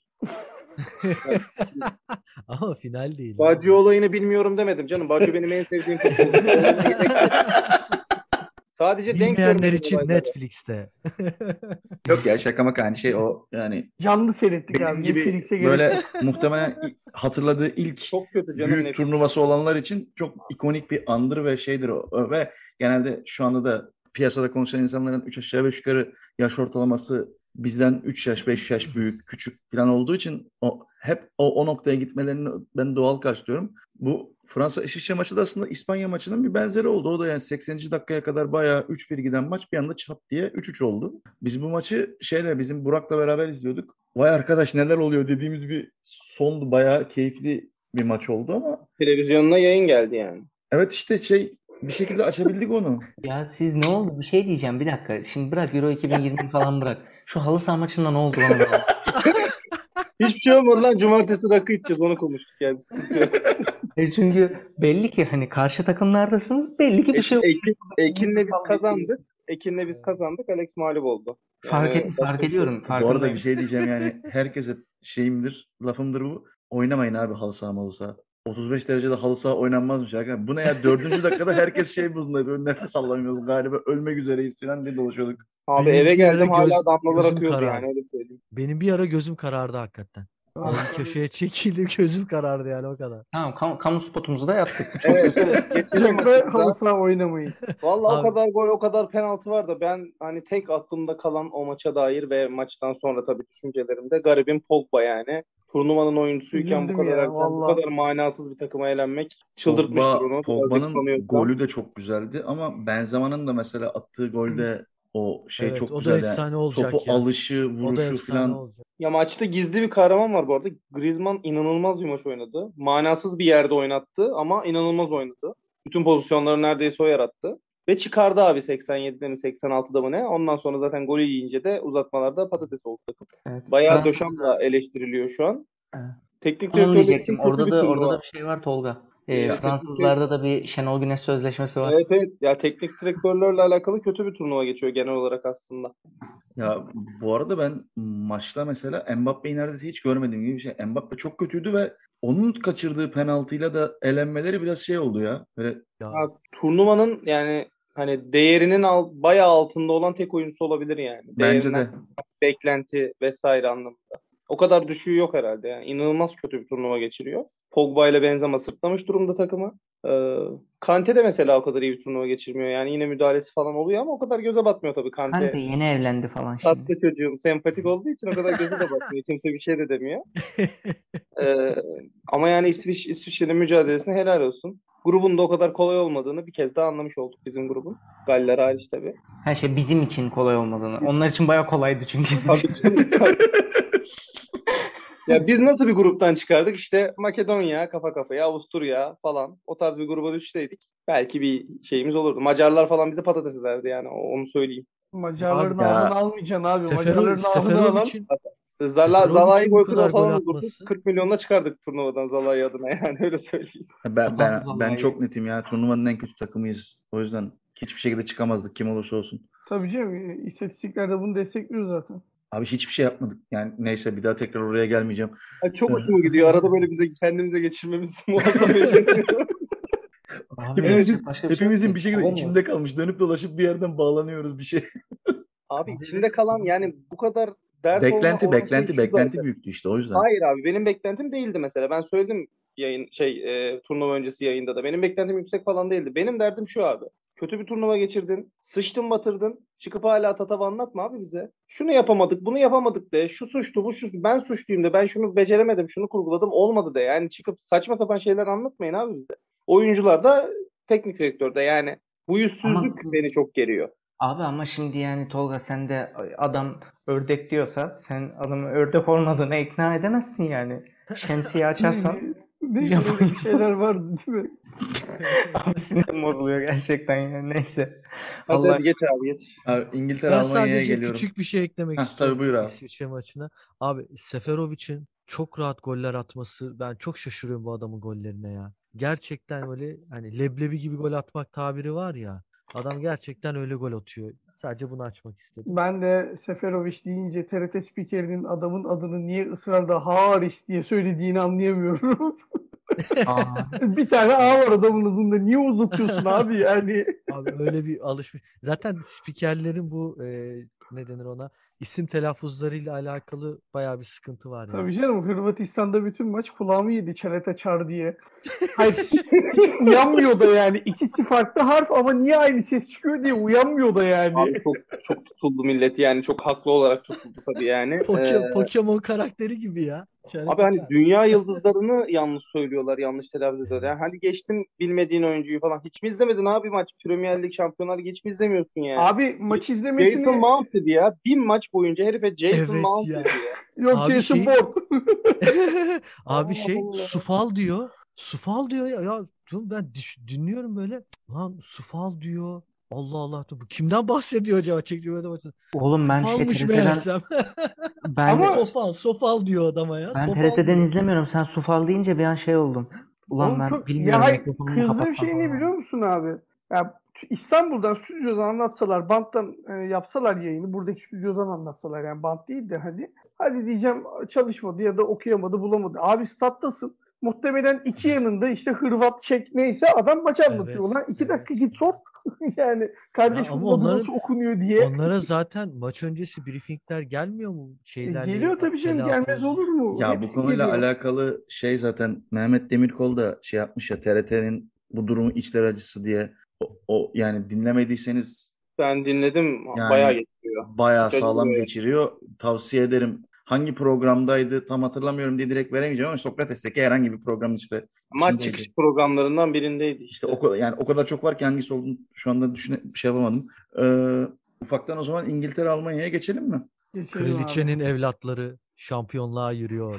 Ama final değil abi. Baggio olayını bilmiyorum demedim canım. Baggio benim en sevdiğim futbolcu. Olayına girmek yok. Sadece denk Bilmeyenler görmedim için olayları. Netflix'te. Yok ya, şaka maka hani şey o yani canlı seyrettik benim abi, gibi Netflix'e gerek böyle yok. muhtemelen hatırladığı ilk Çok kötü canım büyük Netflix. turnuvası olanlar için çok ikonik bir andır ve şeydir o. Ve genelde şu anda da piyasada konuşan insanların 3 aşağı 5 yukarı yaş ortalaması bizden 3 yaş 5 yaş büyük küçük falan olduğu için hep o noktaya gitmelerini ben doğal karşılıyorum. Bu Fransa İsviçre maçı da aslında İspanya maçının bir benzeri oldu. O da yani 80. dakikaya kadar bayağı 3-1 giden maç bir anda çat diye 3-3 oldu. Biz bu maçı bizim Burak'la beraber izliyorduk. Vay arkadaş neler oluyor dediğimiz bir sondu. Bayağı keyifli bir maç oldu ama Televizyonuna yayın geldi yani. evet işte bir şekilde açabildik onu. Ya siz ne oldu? Bir şey diyeceğim, bir dakika. Şimdi bırak Euro 2020 falan bırak. Şu halı saha maçında ne oldu bana da? Hiçbir şey olmadı lan. Cumartesi rakı içeceğiz. Onu konuştuk yani. Sıkıntı yok. Çünkü belli ki hani karşı takımlardasınız. Belli ki bir şey Ekin'le biz kazandık. Alex mağlup oldu. fark Yani başka bir şey yok. ediyorum. Bu arada bir Farkındayım. şey diyeceğim yani herkese şeyimdir, lafımdır bu. Oynamayın abi halı saha. 35 derecede halı saha oynanmazmış. Arkadaşlar. Bu ne ya? 4. dakikada herkes bulunuyor. Böyle nefes alamıyoruz galiba. Ölmek üzereyiz falan diye dolaşıyorduk. Abi Benim eve bir ara geldim hala damlalar gözüm akıyordu karardı. yani, öyle söyleyeyim. Benim bir ara gözüm karardı hakikaten. Yani bir köşeye çekildi gözüm karardı yani o kadar. Tamam, kamu spotumuzu da yaptık. Çok Evet, evet. Geçelim Sıcakta halı maçımıza. saha oynamayın. Valla o Abi kadar gol, o kadar penaltı var da ben hani tek aklımda kalan o maça dair ve maçtan sonra tabii düşüncelerimde garibim Pogba yani. Turnuvanın oyuncusuyken bu Üzüldüm kadar ya erken, bu valla. kadar manasız bir takıma eğlenmek çıldırtmıştır onu. Birazcık Pogba'nın tanıyorsam. golü de çok güzeldi ama Benzema'nın da mesela attığı golde o şey evet çok o da güzeldi. Yani efsane topu olacak ya. alışı, O da vuruşu efsane falan. olacak. Ya maçta gizli bir kahraman var bu arada. Griezmann inanılmaz bir maç oynadı. Manasız bir yerde oynattı ama inanılmaz oynadı. Bütün pozisyonları neredeyse o yarattı. Ve çıkardı abi 87'de mi 86'da mı ne? Ondan sonra zaten golü yiyince de uzatmalarda patates oldu takım. Evet. Bayağı Fransa'da Döşam da da eleştiriliyor şu an. evet. Teknik Tam onu direktörler için diyecektim. kötü Orada bir da orada da turnuva. bir şey var Tolga. Teknik Fransızlarda da bir Şenol Güneş sözleşmesi var. Evet, evet. Ya teknik direktörlerle alakalı kötü bir turnuva geçiyor genel olarak aslında. Ya bu arada ben maçta mesela Mbappe'yi neredeyse hiç görmediğim gibi bir şey. Mbappe çok kötüydü ve onun kaçırdığı penaltıyla da elenmeleri biraz şey oldu ya. Böyle Ya Ya, turnuvanın yani hani değerinin bayağı altında olan tek oyuncusu olabilir yani. bence Değerinden de. beklenti vesaire anlamında. O kadar düşüğü yok herhalde yani. İnanılmaz kötü bir turnuva geçiriyor. Pogba ile Benzema sırtlamış durumda takımı. Kante de mesela o kadar iyi bir turnuva geçirmiyor. Yani yine müdahalesi falan oluyor ama o kadar göze batmıyor tabii Kante Kante. yeni evlendi falan şimdi. Tatlı çocuğum, sempatik olduğu için o kadar göze de batmıyor. Kimse bir şey de demiyor. Ee, ama yani İsviçre'nin mücadelesine helal olsun. Grubun da o kadar kolay olmadığını bir kez daha anlamış olduk bizim grubun. Galler hariç tabii. Her şey bizim için kolay olmadığını. Onlar için bayağı kolaydı çünkü. Tabii canım, tabii. Ya biz nasıl bir gruptan çıkardık? İşte Makedonya, kafa kafaya, Avusturya falan. O tarz bir gruba düşseydik belki bir şeyimiz olurdu. Macarlar falan bize patates ederdi yani onu söyleyeyim. Macarların abi ahını Ya almayacaksın abi. Macarların ahını alan Zalai'yi Seferovic'in bu boykota kadar gol falan vurduk. atması 40 milyonla çıkardık turnuvadan Zalai adına yani öyle söyleyeyim. Adam ben Zalai. çok netim ya. Turnuvanın en kötü takımıyız. O yüzden hiçbir şekilde çıkamazdık kim olursa olsun. tabii canım. İstatistiklerde bunu destekliyor zaten. Abi hiçbir şey yapmadık. Yani neyse bir daha tekrar oraya gelmeyeceğim. Ay, çok hoşuma gidiyor. Arada böyle bize kendimize geçirmemiz muazzam eğleniyor. Abi Hepimizin yapacak başka bir şey yok hepimizin ki. bir şekilde Olamıyor. içinde kalmış. Dönüp dolaşıp bir yerden bağlanıyoruz bir şey. Abi Abi içinde evet. kalan yani bu kadar dert olan şey şu Beklenti zaten. büyüktü işte o yüzden. Hayır abi benim beklentim değildi mesela. Ben söyledim turnuva öncesi yayında da. Benim beklentim yüksek falan değildi. Benim derdim şu abi. Kötü bir turnuva geçirdin. Sıçtın batırdın. Çıkıp hala tatava anlatma abi bize. Şunu yapamadık, bunu yapamadık de. Şu suçtu, bu suçtu. Ben suçluyum de. Ben şunu beceremedim, şunu kurguladım. Olmadı de. Yani çıkıp saçma sapan şeyler anlatmayın abi bize. Oyuncular da teknik direktör de yani. Bu Ama yüzsüzlük beni çok geriyor. abi ama şimdi yani Tolga sen de adam ördek diyorsa sen adamı ördek olmadığına ikna edemezsin yani. Şemsiye açarsan Değil mi? Öyle bir Japonya. şeyler vardı değil mi? Abi sinirim bozuluyor gerçekten yani. Neyse. Hadi Allah hadi geç abi geç. Abi İngiltere Ben Almanya'ya sadece geliyorum. küçük bir şey eklemek Tabii istiyorum buyur şu abi. İsviçre maçına. Abi Seferovic'in çok rahat goller atması, ben çok şaşırıyorum bu adamın gollerine ya. Gerçekten öyle hani leblebi gibi gol atmak tabiri var ya. Adam gerçekten öyle gol atıyor. Sadece bunu açmak istedim. Ben de Seferovic deyince TRT spikerinin adamın adını niye ısrarla Haris diye söylediğini anlayamıyorum. Aa, Bir tane A var adamın adında. Niye uzatıyorsun abi yani? Abi öyle bir alışmış. Zaten spikerlerin bu ne denir ona? İsim telaffuzlarıyla alakalı bayağı bir sıkıntı var ya. Tabii canım Hırvatistan'da bütün maç kulağımı yedi Çalete Çar diye. Hayır hiç uyanmıyor da yani. İkisi farklı harf ama niye aynı ses çıkıyor diye uyanmıyor da yani. Abi çok tutuldu millet yani çok haklı olarak tutuldu tabii yani. Pokemon karakteri gibi ya. Abi hani dünya yıldızlarını yanlış söylüyorlar, yanlış telaffuz ediyorlar. Yani hani geçtim bilmediğin oyuncuyu falan. Hiç mi izlemedin abi maç? Premier Lig, Şampiyonlar Ligi hiç mi izlemiyorsun yani? Abi maç Jason izlemesini Mount dedi ya. 1000 maç boyunca herife Jason Evet Mount ya. dedi ya. yok Abi Jason şey Bourne. abi Allah şey Allah. Sufal diyor. Sufal diyor ya. Ya diyorum ben dinliyorum böyle. Lan Sufal diyor. Allah Allah diyor. Bu kimden bahsediyor acaba? Çekimde başladı. oğlum ben Sufalmış TRT'den meğersem. ben Ama Sofal diyor adama ya. ben Sofal TRT'den diyor. izlemiyorum. Sen Sufal deyince bir an şey oldum. Ulan oğlum ben çok ya bilmiyorum hayır, mikrofonumu kızdığım kapatsam şey ne falan. biliyor musun abi? Ya İstanbul'dan stüdyodan anlatsalar, banttan yapsalar yayını, buradaki stüdyodan anlatsalar yani bant değil de hadi diyeceğim çalışmadı ya da okuyamadı, bulamadı. Abi stattasın. Muhtemelen iki yanında işte Hırvat, Çek neyse adam maç anlatıyor. Evet, Lan 2 evet. dakika git sor. Yani kardeş Ya ama bunun adı nasıl okunuyor diye. onlara zaten maç öncesi briefingler gelmiyor mu? Geliyor tabii canım, gelmez olur mu? Ya bu Hepsi konuyla geliyor. alakalı şey zaten Mehmet Demirkol da şey yapmış ya, TRT'nin bu durumu içler acısı diye, o yani dinlemediyseniz Ben dinledim. Bayağı yani geçiyor. bayağı Hiç acımıyor sağlam yani. geçiriyor. Tavsiye ederim. Hangi programdaydı tam hatırlamıyorum diye direkt veremeyeceğim ama Sokrates'teki herhangi bir programın Maç çıkış içindeydi. programlarından birindeydi İşte işte. yani o kadar çok var ki hangisi olduğunu şu anda şey yapamadım. Ufaktan o zaman İngiltere Almanya'ya geçelim mi? Geçelim abi. Kraliçenin evlatları şampiyonluğa yürüyor.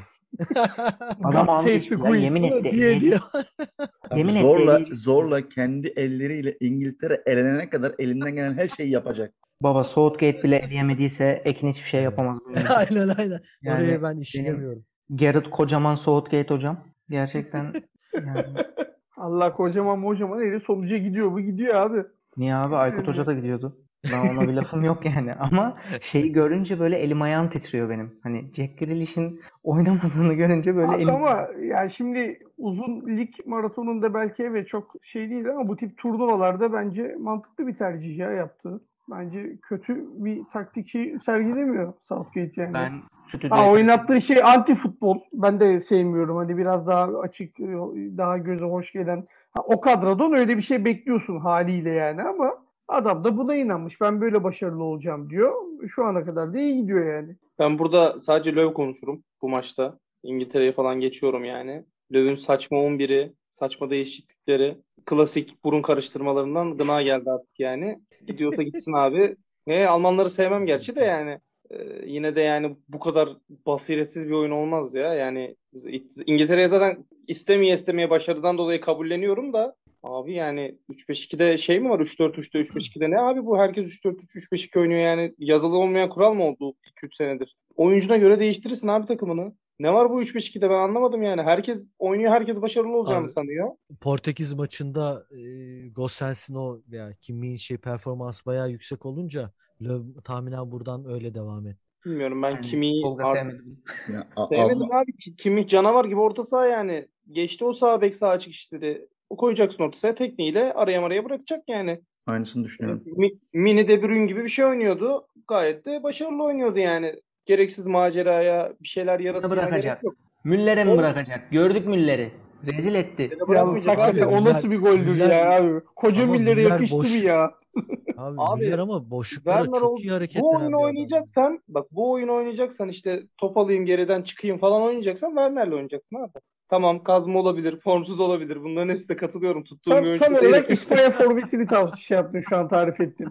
Adam God and save içti the ya, Queen. yemin etti. diye diyor. Abi Yemin etti, zorla eleyecek. zorla kendi elleriyle İngiltere elenene kadar elinden gelen her şeyi yapacak. Baba Southgate bile eleyemediyse Ekin hiçbir şey yapamaz bu İngiltere. Aynen. Yani Orayı ben benim işlemiyorum. Garrett kocaman Southgate hocam. Gerçekten yani. Allah kocaman eli sonuca gidiyor. Bu gidiyor abi. Niye abi? Aykut Hoca da gidiyordu. Ben ona bir lafım yok yani. Ama şeyi görünce böyle elim ayağım titriyor benim. Hani Jack Grealish'in oynamadığını görünce böyle Abi elim... ama yani şimdi uzun lig maratonunda belki evet çok şey değil ama bu tip turnuvalarda bence mantıklı bir tercih ya yaptı. Bence kötü bir taktik şey sergilemiyor Southgate yani. Ben stüdyoya Oynattığı şey anti futbol. Ben de sevmiyorum. Hani biraz daha açık, daha göze hoş gelen. O kadrodan öyle bir şey bekliyorsun haliyle yani ama adam da buna inanmış. Ben böyle başarılı olacağım diyor. Şu ana kadar da iyi gidiyor yani. Ben burada sadece Löw konuşurum bu maçta. İngiltere'ye falan geçiyorum yani. Löw'ün saçma 11'i, saçma değişiklikleri, klasik burun karıştırmalarından gına geldi artık yani. Gidiyorsa gitsin abi. Almanları sevmem gerçi de yani. Yine de yani bu kadar basiretsiz bir oyun olmaz ya. Yani İngiltere'ye zaten istemeye başarıdan dolayı kabulleniyorum da abi yani 3-5-2'de şey mi var? 3-4-3'te 3-5-2'de ne abi bu? Herkes 3-4-3, 3-5-2 oynuyor yani. Yazılı olmayan kural mı oldu 2-3 senedir? Oyuncuna göre değiştirirsin abi takımını. Ne var bu 3-5-2'de ben anlamadım yani. Herkes oynuyor, herkes başarılı olacağını Abi, sanıyor. Portekiz maçında Gossens'in o ya Kim Min performans bayağı yüksek olunca Löw tahminen buradan öyle devam et. Bilmiyorum ben yani Kimi'yi Tolga artık sevmedim. Ya, sevmedim abi. Kimi canavar gibi orta saha yani. Geçti o sağ bek sağ açık işleri. O koyacaksın orta sahaya tekniğiyle araya bırakacak yani. aynısını düşünüyorum. Mini De Bruyne gibi bir şey oynuyordu. Gayet de başarılı oynuyordu yani. Gereksiz maceraya bir şeyler Kime yaratmaya gerek bırakacak? yok. Müller'e mi O bırakacak? Gördük Müller'i. Rezil etti. Ya bırakmayacak hakikaten abi. o nasıl bir goldür ya abi. Koca Ama Müller'e Müller yakıştı boş. mı ya? Abi Abi Müller ama boşluklara Werner çok iyi bu hareketlenen oyunu bir adam. oynayacaksan bak bu oyunu oynayacaksan işte top alayım geriden çıkayım falan oynayacaksan Werner'le oynayacaksın abi. Tamam kazma olabilir, formsuz olabilir. Bunların hepsine katılıyorum. Tuttuğum bir Tam oyuncu değil. olarak İspanya forvetini tavsiye yaptın şu an tarif ettin.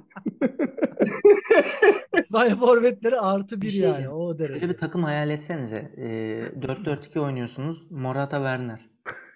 İspanya forvetleri artı Bir bir şey yani diyeceğim. o Şöyle derece. bir takım hayal etsenize. 4-4-2 oynuyorsunuz. Morata, Werner.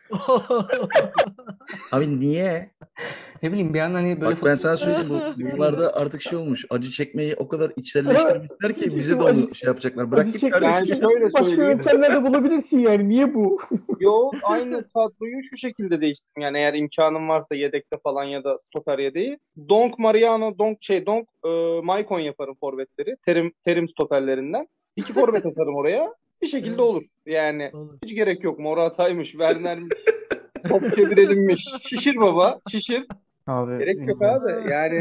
Abi niye? Ne bileyim bir an hani böyle Bak ben sana futbol söyleyeyim, düşününce bunlarda artık şey olmuş. Acı çekmeyi o kadar içselleştirmişler ki bize de Acı- onu şey yapacaklar. Bırak Acı git çekmek kardeşim. Yani için şöyle başka söyleyeyim. yöntemler de bulabilirsin yani. Niye bu? Yo aynı kadroyu şu şekilde değiştirdim. Yani eğer imkanım varsa yedekte falan ya da stoper yedeği. Donk, Mariano, Maicon yaparım forvetleri. Terim stoperlerinden. 2 forvet atarım oraya. Bir şekilde olur. Yani Olur. hiç gerek yok. Morata'ymış, Werner'miş, top çevirelimmiş. Şişir baba, şişir. abi Gerek yok bilmiyorum. abi. Yani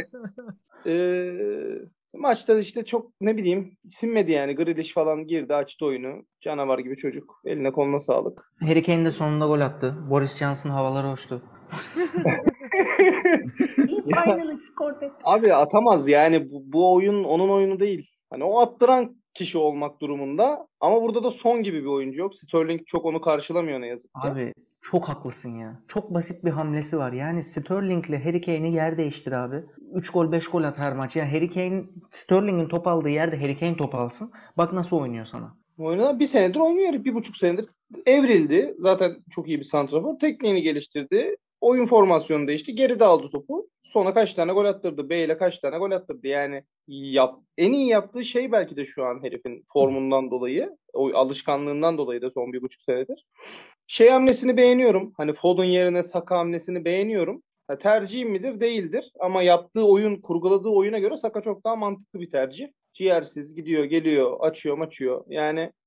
maçta işte çok ne bileyim sinmedi yani. Grealish falan girdi açtı oyunu. Canavar gibi çocuk. Eline koluna sağlık. Harry Kane de sonunda gol attı. Boris Johnson havalara uçtu. Ya, abi atamaz yani bu oyun onun oyunu değil. Hani o attıran kişi olmak durumunda ama burada da son gibi bir oyuncu yok. Sterling çok onu karşılamıyor ne yazık ki. Abi çok haklısın ya. Çok basit bir hamlesi var. Yani Sterling'le Harry Kane'i yer değiştir abi. 3 gol 5 gol at her maç. Yani Harry Kane Sterling'in top aldığı yerde Harry Kane top alsın. Bak nasıl oynuyor sana. Oyuna bir senedir oynuyor herif. 1,5 senedir evrildi. Zaten çok iyi bir santrafor. Tekniğini geliştirdi. Oyun formasyonu değişti. Geride aldı topu. Sonra kaç tane gol attırdı. B ile kaç tane gol attırdı. Yani en iyi yaptığı şey belki de şu an herifin formundan dolayı. O alışkanlığından dolayı da son 1,5 senedir. Şey hamlesini beğeniyorum. Hani Foden yerine Saka hamlesini beğeniyorum. Tercihim midir? Değildir. Ama yaptığı oyun, kurguladığı oyuna göre Saka çok daha mantıklı bir tercih. Ciğersiz gidiyor, geliyor, açıyor, maçıyor. Yani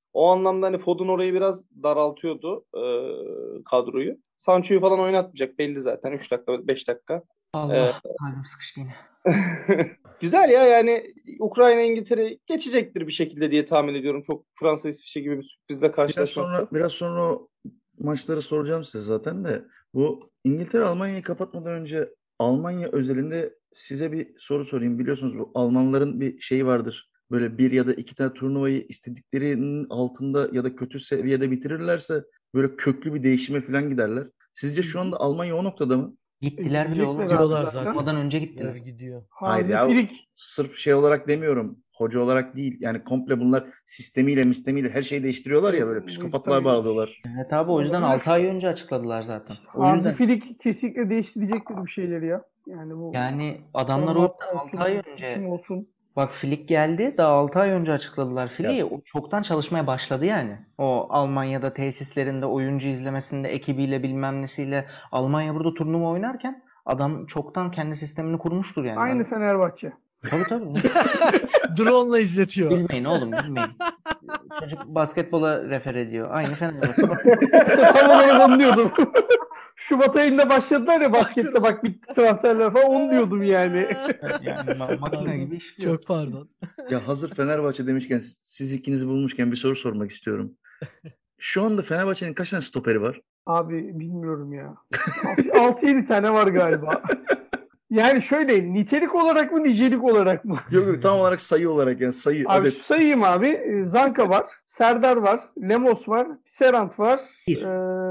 O anlamda hani Foden orayı biraz daraltıyordu kadroyu. Sancho'yu falan oynatmayacak belli zaten. 3 dakika, 5 dakika. Allah kalbim sıkıştı yine. Güzel ya, yani Ukrayna İngiltere geçecektir bir şekilde diye tahmin ediyorum. Çok Fransa İsviçre gibi bir sürprizle karşılaşması. Biraz sonra o maçları soracağım size zaten de. Bu İngiltere Almanya'yı kapatmadan önce Almanya özelinde size bir soru sorayım. Biliyorsunuz bu Almanların bir şeyi vardır. Böyle bir ya da iki tane turnuvayı istediklerinin altında ya da kötü seviyede bitirirlerse böyle köklü bir değişime falan giderler. Sizce şu anda Almanya o noktada mı? Gittiler bile oğlum. Gidecekler abi Diyorlar zaten. zaten. Ondan önce Ev gittiler. gidiyor. Hayır Hansi ya, Flick. sırf şey olarak demiyorum. Hoca olarak değil. Yani komple bunlar sistemiyle her şeyi değiştiriyorlar ya, böyle psikopatlar Tabii. bağlıyorlar. Evet abi, o yüzden Olabilir. 6 ay önce açıkladılar zaten. O Hansi yüzden Flick kesinlikle değiştirecektir bir şeyleri ya. Yani bu yani adamlar o format yüzden 6 olsun, ay isim önce, olsun. bak Flick geldi daha 6 ay önce açıkladılar Ya Flick'i. O çoktan çalışmaya başladı yani. O Almanya'da tesislerinde, oyuncu izlemesinde, ekibiyle bilmem nesiyle Almanya burada turnuva oynarken adam çoktan kendi sistemini kurmuştur yani. Aynı Fenerbahçe. Tabii. Drone'la izletiyor. Gülmeyin oğlum, gülmeyin. Çocuk basketbola refer ediyor. Aynı Fenerbahçe. İşte tam olarak onu diyordum. Şubat ayında başladılar ya baskette, bak bitti transferler falan, onu diyordum yani. Yani makine gibi işliyor. Çok pardon. Ya hazır Fenerbahçe demişken, siz ikinizi bulmuşken bir soru sormak istiyorum. Şu anda Fenerbahçe'nin kaç tane stoperi var? Abi bilmiyorum ya. 6-7 tane var galiba. Yani şöyle, nitelik olarak mı nicelik olarak mı? Yok, tam olarak sayı olarak, yani sayı Abi adet. sayayım abi. Zanka var. Serdar var. Lemos var. Serant var. Bir.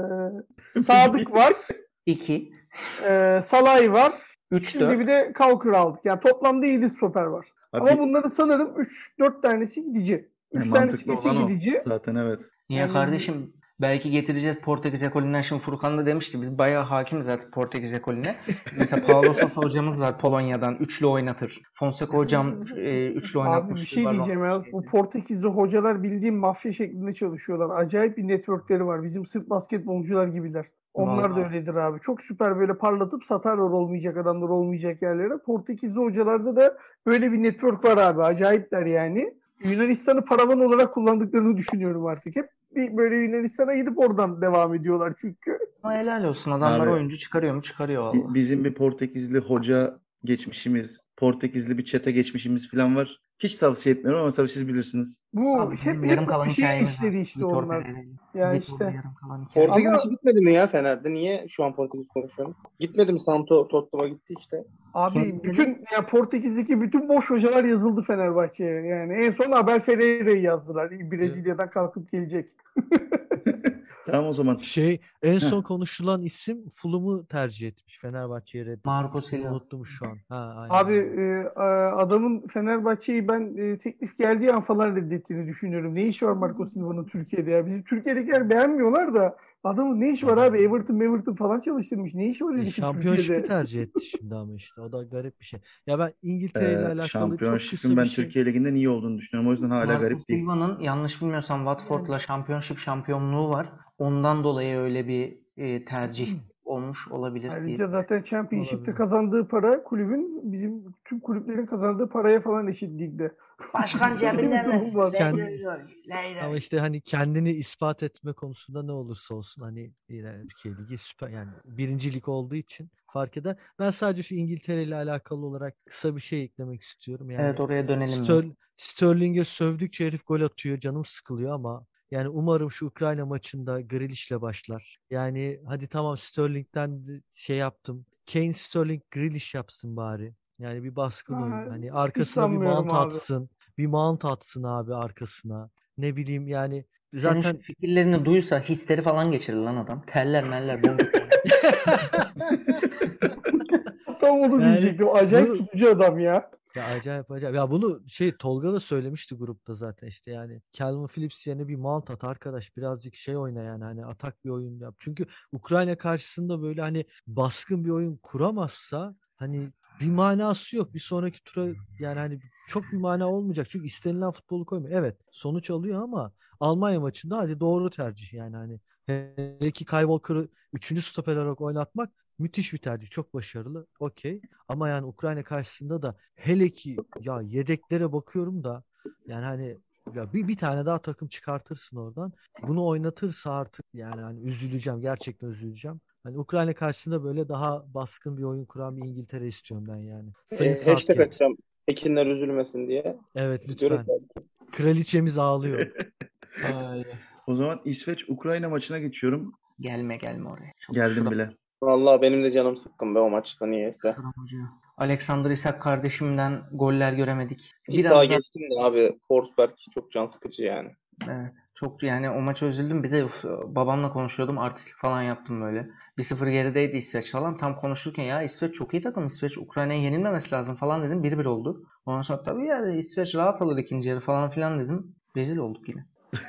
Sadık var. 2, Salay var. 3, Şimdi 4. bir de Kalkır aldık. Yani toplamda 7 stoper var. Ama Abi, bunların sanırım 3-4 tanesi gidici. 3 tanesi mantıklı kesin olan o. gidici. Zaten evet. Niye Yani kardeşim? Belki getireceğiz Portekiz ekolünden. Şimdi Furkan da demişti. Biz bayağı hakimiz zaten Portekiz ekolüne. Mesela Paulo Sousa hocamız var Polonya'dan. Üçlü oynatır. Fonseca hocam üçlü abi bir oynatmıştır. şey Var diyeceğim ya. Bu Portekizli hocalar bildiğim mafya şeklinde çalışıyorlar. Acayip bir networkleri var. Bizim Sırp basketbolcular gibiler. Onlar da Vallahi. öyledir abi. Çok süper böyle parlatıp satarlar olmayacak adamlar olmayacak yerlere. Portekizli hocalarda da böyle bir network var abi. Acayipler yani. Yunanistan'ı paravan olarak kullandıklarını düşünüyorum artık. Hep bir böyle Yunanistan'a gidip oradan devam ediyorlar çünkü. Ama helal olsun. Adamlar Abi, oyuncu çıkarıyor mu? Çıkarıyor valla. bizim bir Portekizli hoca geçmişimiz, Portekizli bir çete geçmişimiz falan var. Hiç tavsiye etmiyorum ama tabii siz bilirsiniz. Bu Abi bizim hep yarım bir kalan şey hikayemiz var. işleri işte Vitor onlar. Pereira'yla. Ya Vitor'la işte. yarım kalan hikayemiz. Portekiz Ama- işi bitmedi mi ya Fener'de? Niye şu an Portekiz konuşuyoruz? Gitmedi mi Tottenham'a gitti işte. Abi Kim bütün ya Portekiz'deki bütün boş hocalar yazıldı Fenerbahçe'ye. Yani en son Abel Ferreira'yı yazdılar. Brezilya'dan kalkıp gelecek. Tamam o zaman. En son konuşulan isim Fulham'ı tercih etmiş. Fenerbahçe'ye reddetti. Marco İsmini Silva. unuttum şu an. Aynen. Abi adamın Fenerbahçe'yi ben teklif geldiği an falan reddettiğini düşünüyorum. Ne işi var Marco Silva'nın Türkiye'de ya? Bizim Türkiye'dekiler beğenmiyorlar da adamın ne işi var abi? Everton falan çalıştırmış. Ne işi var herifin Şampiyonşipi Türkiye'de? tercih etti şimdi ama işte. O da garip bir şey. Ya ben İngiltere ile alakalı çok Şampiyonşipin kısa bir ben şey. Türkiye Ligi'nden iyi olduğunu düşünüyorum. O yüzden hala Marco garip değil. Silva'nın yanlış bilmiyorsam Watford'la Championship şampiyonluğu var. Ondan dolayı öyle bir tercih olmuş olabilir diye. Ayrıca zaten Championship'te Olabilir. kazandığı para kulübün bizim tüm kulüplerin kazandığı paraya falan eşit ligde. Başkan Öyle bir cebinden durum versin. var. Ama işte hani kendini ispat etme konusunda ne olursa olsun hani yine Türkiye Ligi süper, yani birincilik olduğu için fark eder. Ben sadece şu İngiltere ile alakalı olarak kısa bir şey eklemek istiyorum. Yani Evet, oraya dönelim ya. Sterling'e sövdükçe herif gol atıyor. Canım sıkılıyor ama yani umarım şu Ukrayna maçında Grealish'le başlar. Yani hadi tamam, Sterling'den şey yaptım. Kane, Sterling, Grealish yapsın bari. Yani bir baskın Ha, oyun. Hani hiç arkasına bir sanmıyorum mount abi. atsın. Bir mount atsın abi arkasına. Ne bileyim yani Senin şu zaten fikirlerini duysa histeri falan geçirir lan adam. Teller meller boncuk. Tam onu Yani diyecektim. Acayip bunu- tutucu adam ya. ya acayip acayip. Ya bunu Tolga da söylemişti grupta zaten, işte yani Calvin Phillips yerine bir mount at arkadaş, birazcık şey oyna yani, hani atak bir oyun yap. Çünkü Ukrayna karşısında böyle hani baskın bir oyun kuramazsa hani bir manası yok. Bir sonraki tura yani hani çok bir mana olmayacak. Çünkü istenilen futbolu koymuyor. Evet, sonuç alıyor ama Almanya maçında hadi doğru tercih yani, hani hele ki Kyle Walker'ı 3. stoper olarak oynatmak müthiş bir tercih. Çok başarılı. Okey. Ama yani Ukrayna karşısında da hele ki ya yedeklere bakıyorum da yani hani Ya bir tane daha takım çıkartırsın oradan. Bunu oynatırsa artık yani hani üzüleceğim. Gerçekten üzüleceğim. Hani Ukrayna karşısında böyle daha baskın bir oyun kuran bir İngiltere istiyorum ben yani. Sayın Hashtag Southgate. açacağım. Ekinler üzülmesin diye. Evet lütfen. Görüntü. Kraliçemiz ağlıyor. Ay, O zaman İsveç-Ukrayna maçına geçiyorum. gelme oraya. Çok Geldim şuram- bile. Vallahi benim de canım sıkkın be o maçta niyeyse. şuram acıyor. Alexander Isak kardeşimden goller göremedik. İsa Biraz da geçtim de abi Forsberg çok can sıkıcı yani. evet, çok yani o maça üzüldüm. Bir de babamla konuşuyordum. Artistlik falan yaptım böyle. 1-0 gerideydi İsveç falan. Tam konuşurken ya İsveç çok iyi takım. İsveç Ukrayna'ya yenilmemesi lazım falan dedim. 1-1 oldu. Ondan sonra tabii ya İsveç rahat alır ikinci yarı falan filan dedim. Rezil olduk yine.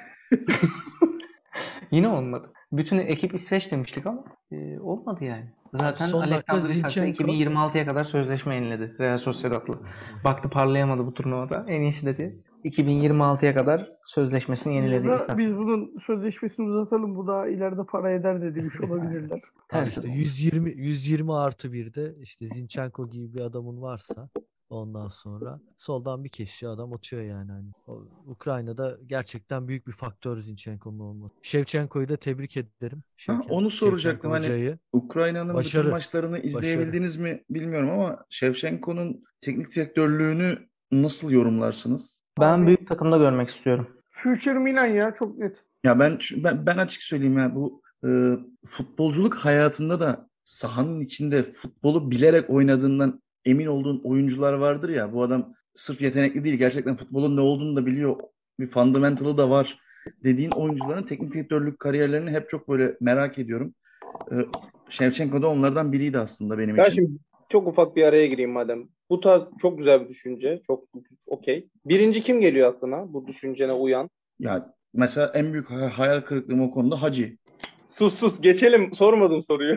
Yine olmadı. Bütün ekip İsveç demiştik ama olmadı yani. Zaten Son dakika Alexander Isak da Zinchenko. 2026'ya kadar sözleşme yeniledi Real Sociedad'la. Baktı parlayamadı bu turnuvada. En iyisi dedi. 2026'ya kadar sözleşmesini yeniledi Isak. Biz bunun sözleşmesini uzatalım. Bu da ileride para eder de demiş olabilirler. Tamam Tersi işte de. 120 artı bir de işte Zinchenko gibi bir adamın varsa ondan sonra soldan bir kesiyor adam atıyor yani. Hani Ukrayna'da gerçekten büyük bir faktör Zinchenko'nun olması. Shevchenko'yu da tebrik ederim. Onu Shevchenko soracaktım. Hani hocayı. Ukrayna'nın bütün Başarı. maçlarını izleyebildiniz mi bilmiyorum ama Shevchenko'nun teknik direktörlüğünü nasıl yorumlarsınız? Ben Abi- büyük takımda görmek istiyorum. Future Milan ya çok net. Ya ben açık söyleyeyim ya bu futbolculuk hayatında da sahanın içinde futbolu bilerek oynadığından emin olduğun oyuncular vardır ya. Bu adam sırf yetenekli değil, gerçekten futbolun ne olduğunu da biliyor. Bir fundamental'ı da var dediğin oyuncuların teknik direktörlük kariyerlerini hep çok böyle merak ediyorum. Shevchenko da onlardan biriydi aslında benim Ben için. şimdi çok ufak bir araya gireyim madem. Bu tarz çok güzel bir düşünce. Çok okey. Birinci kim geliyor aklına bu düşüncene uyan? Ya mesela en büyük hayal kırıklığım o konuda Hacı. Sus geçelim. Sormadım soruyu.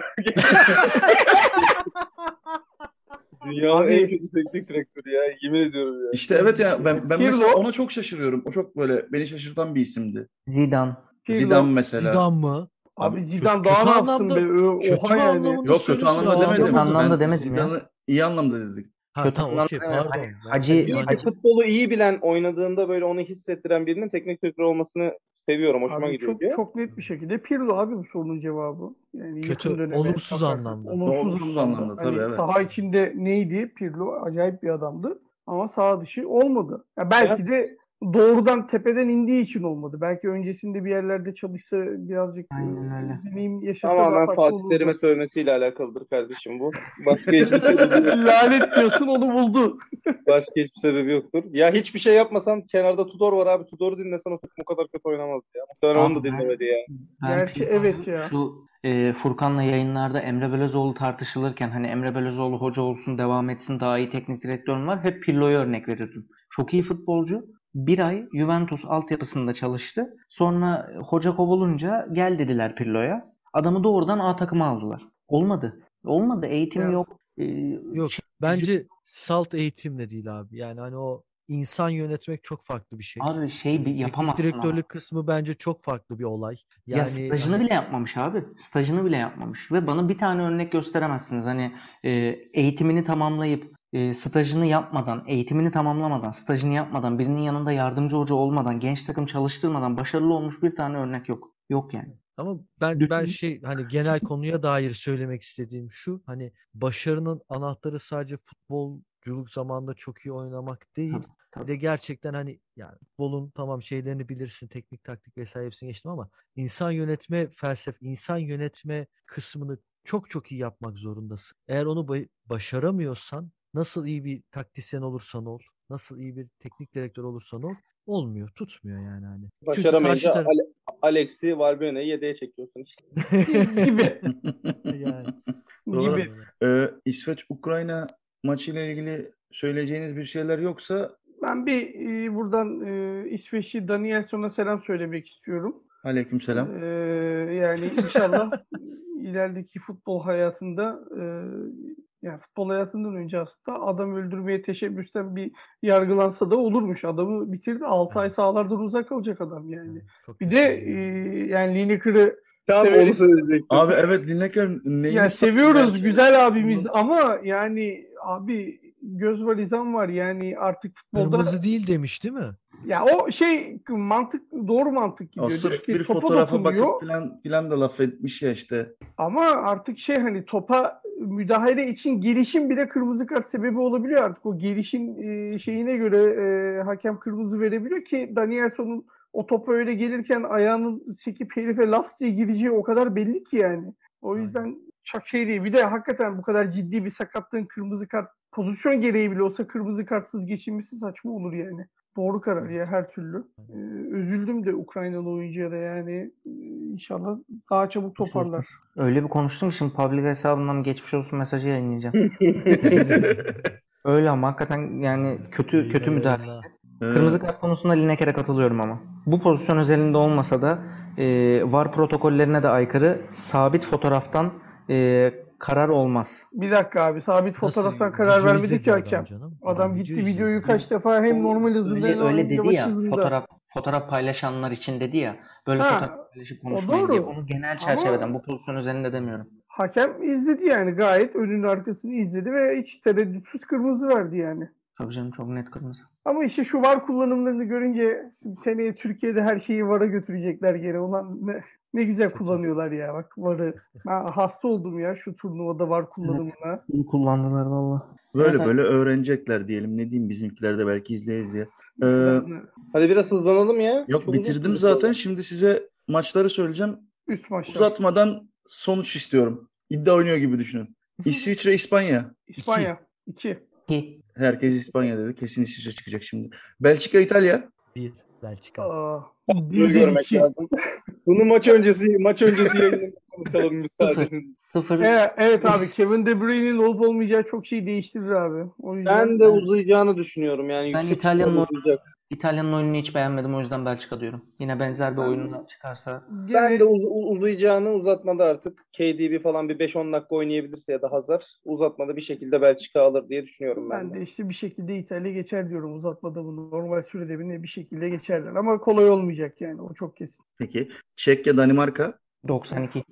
Dünyanın Abi- en kötü teknik direktörü ya. Yemin ediyorum ya. İşte evet ya ben Pirlo. mesela ona çok şaşırıyorum. O çok böyle beni şaşırtan bir isimdi. Zidane. Pirlo. Zidane mesela. Zidane mı? Abi Zidane kötü daha ne yapsın anlamda- be? kötü Oha mü yani. anlamında Yok kötü söylüyorsun anlamda abi? demedim. Kötü anlamda Ben demedim ya. Zidane'ı iyi anlamda dedik. Ha Kötü tamam anlamda okey demedim. pardon. Hani Ben- Hacı- Diyor ki Hacı- futbolu iyi bilen, oynadığında böyle onu hissettiren birinin teknik direktör olmasını seviyorum. Hoşuma Abi gidiyor çok diyor. çok net bir şekilde Pirlo abi bu sorunun cevabı. Yani Kötü, yakın döneme olumsuz bakarsak, anlamda. Olumsuz anlamda, tabii, Hani evet. saha içinde neydi? Pirlo acayip bir adamdı ama saha dışı olmadı. Ya belki Biraz- de doğrudan tepeden indiği için olmadı. Belki öncesinde bir yerlerde çalışsa birazcık Aynen öyle. deneyim yaşasa daha Tamamen farklı Fatih olurdu. Terim'e sövmesiyle alakalıdır kardeşim bu. Başka hiçbir sebebi yok. Lanet diyorsun onu buldu. Başka hiçbir sebebi yoktur. Ya hiçbir şey yapmasan kenarda Tudor var abi. Tudor'u dinlesen o takım o kadar kötü oynamaz ya. Muhtemelen onu da Abi ben- dinlemedi ya. Ben Gerçi Pirlo'yu evet ya. Şu Furkan'la yayınlarda Emre Belözoğlu tartışılırken hani Emre Belözoğlu hoca olsun devam etsin daha iyi teknik direktörüm var. Hep Pirlo'yu örnek verirdim. Çok iyi futbolcu. Bir ay Juventus altyapısında çalıştı. Sonra hoca kovulunca gel dediler Pirlo'ya. Adamı doğrudan A takıma aldılar. Olmadı. Olmadı. Eğitim Evet. yok. Yok bence salt eğitimle değil abi. Yani hani o insan yönetmek çok farklı bir şey. Abi şey bir Teknik yapamazsın ama. direktörlük kısmı bence çok farklı bir olay. Ya Yani stajını hani- bile yapmamış abi. Stajını bile yapmamış. Ve bana bir tane örnek gösteremezsiniz. Hani eğitimini tamamlayıp stajını yapmadan, eğitimini tamamlamadan, stajını yapmadan, birinin yanında yardımcı hoca olmadan, genç takım çalıştırmadan başarılı olmuş bir tane örnek yok. Yok yani. Ama ben Düşün- hani genel konuya dair söylemek istediğim şu, hani başarının anahtarı sadece futbolculuk zamanında çok iyi oynamak değil. Tabii. Bir de gerçekten hani yani futbolun tamam şeylerini bilirsin, teknik taktik vesaire hepsini geçtim ama insan yönetme insan yönetme kısmını çok çok iyi yapmak zorundasın. Eğer onu başaramıyorsan nasıl iyi bir taktisyen olursan ol, nasıl iyi bir teknik direktör olursan ol, olmuyor, tutmuyor yani hani. Çünkü Başaramayınca karşı taraf Alex'i Valbuena'yı yedeğe çekiyorsun işte. Gibi. yani Doğru. Gibi. İsveç-Ukrayna maçıyla ilgili söyleyeceğiniz bir şeyler yoksa Ben bir buradan İsveçli Danielson'a selam söylemek istiyorum. aleykümselam. Yani inşallah ilerideki futbol hayatında yani futbol hayatından önce aslında adam öldürmeye teşebbüsten bir yargılansa da olurmuş. Adamı bitirdi. 6 ay Evet. sahalardan uzak kalacak adam yani. Çok Bir kötü de yani. yani Lineker'ı Tam onu severiz. söyleyecektim. Abi evet Lineker neyini Yani sattı seviyoruz belki. güzel abimiz ama yani abi göz var izan var yani artık futbolda Kırmızı değil demiş değil mi? Ya o doğru mantık O gidiyor. Diyor sırf ki bir topa fotoğrafa dokunuyor bakıp filan da laf etmiş ya işte. ama artık hani topa müdahale için gelişim bile kırmızı kart sebebi olabiliyor artık. O gelişin şeyine göre hakem kırmızı verebiliyor ki Danielson'un o topa öyle gelirken ayağının sekip herife laf diye gireceği o kadar belli ki yani. O yüzden çok şey değil. Bir de hakikaten bu kadar ciddi bir sakatlığın kırmızı kart pozisyon gereği bile olsa kırmızı kartsız geçilmesi saçma olur yani. Doğru karar ya her türlü. Üzüldüm de Ukraynalı oyuncuya da yani inşallah daha çabuk toparlar. Öyle bir konuştum ki şimdi public hesabından geçmiş olsun mesajı yayınlayacağım. Öyle ama hakikaten yani kötü müdahale. Kırmızı kart konusunda Lineker'e katılıyorum ama. Bu pozisyon özelinde olmasa da VAR protokollerine de aykırı sabit fotoğraftan karar olmaz. Bir dakika abi sabit fotoğraftan karar vermedi ki hakem. Adam gitti videoyu kaç defa hem normal hızında hem öyle dedi yavaş ya hızında. fotoğraf paylaşanlar için dedi ya böyle Ha, fotoğraf paylaşıp konuşmayın o diye. doğru. Onu genel Ama- çerçeveden bu pozisyon özelinde demiyorum. Hakem izledi yani gayet önünü arkasını izledi ve hiç tereddütsüz kırmızı verdi yani. Tabii canım çok net kırmızı. Ama işte şu VAR kullanımlarını görünce seneye Türkiye'de her şeyi VAR'a götürecekler gene. Ulan ne güzel kullanıyorlar ya bak VAR'ı. Ben hasta oldum ya şu turnuvada VAR kullanımına. İyi kullandılar valla. Böyle Evet, böyle öğrenecekler diyelim. Ne diyeyim bizimkiler de belki izleye. Hadi biraz hızlanalım ya. Yok Çok bitirdim uzun zaten. sürdü. Şimdi size maçları söyleyeceğim. Üst maçlar. Uzatmadan sonuç istiyorum. İddia oynuyor gibi düşünün. İsviçre, İspanya. İspanya 2. İyi. Herkes İspanya dedi. Kesin İsviçre çıkacak şimdi. Belçika, İtalya. 1 Belçika. Bunu görmek lazım. Bunu maç öncesi yayınında konuşalım müsaadenizle. 0. Evet abi Kevin De Bruyne'nin olup olmayacağı çok şey değiştirir abi. O yüzden Ben de uzayacağını düşünüyorum yani. Ben Yüksek İtalya'nın skor uzayacak. İtalya'nın oyununu hiç beğenmedim o yüzden Belçika diyorum. Yine benzer bir oyunla çıkarsa. Ben de uzayacağını uzatmada artık KDB falan bir 5-10 dakika oynayabilirse ya da Hazard uzatmada bir şekilde Belçika alır diye düşünüyorum ben Ben de. de işte bir şekilde İtalya geçer diyorum uzatmada bunu. Normal sürede bir şekilde geçerler. Ama kolay olmayacak yani o çok kesin. Peki. Çekya, Danimarka. 92.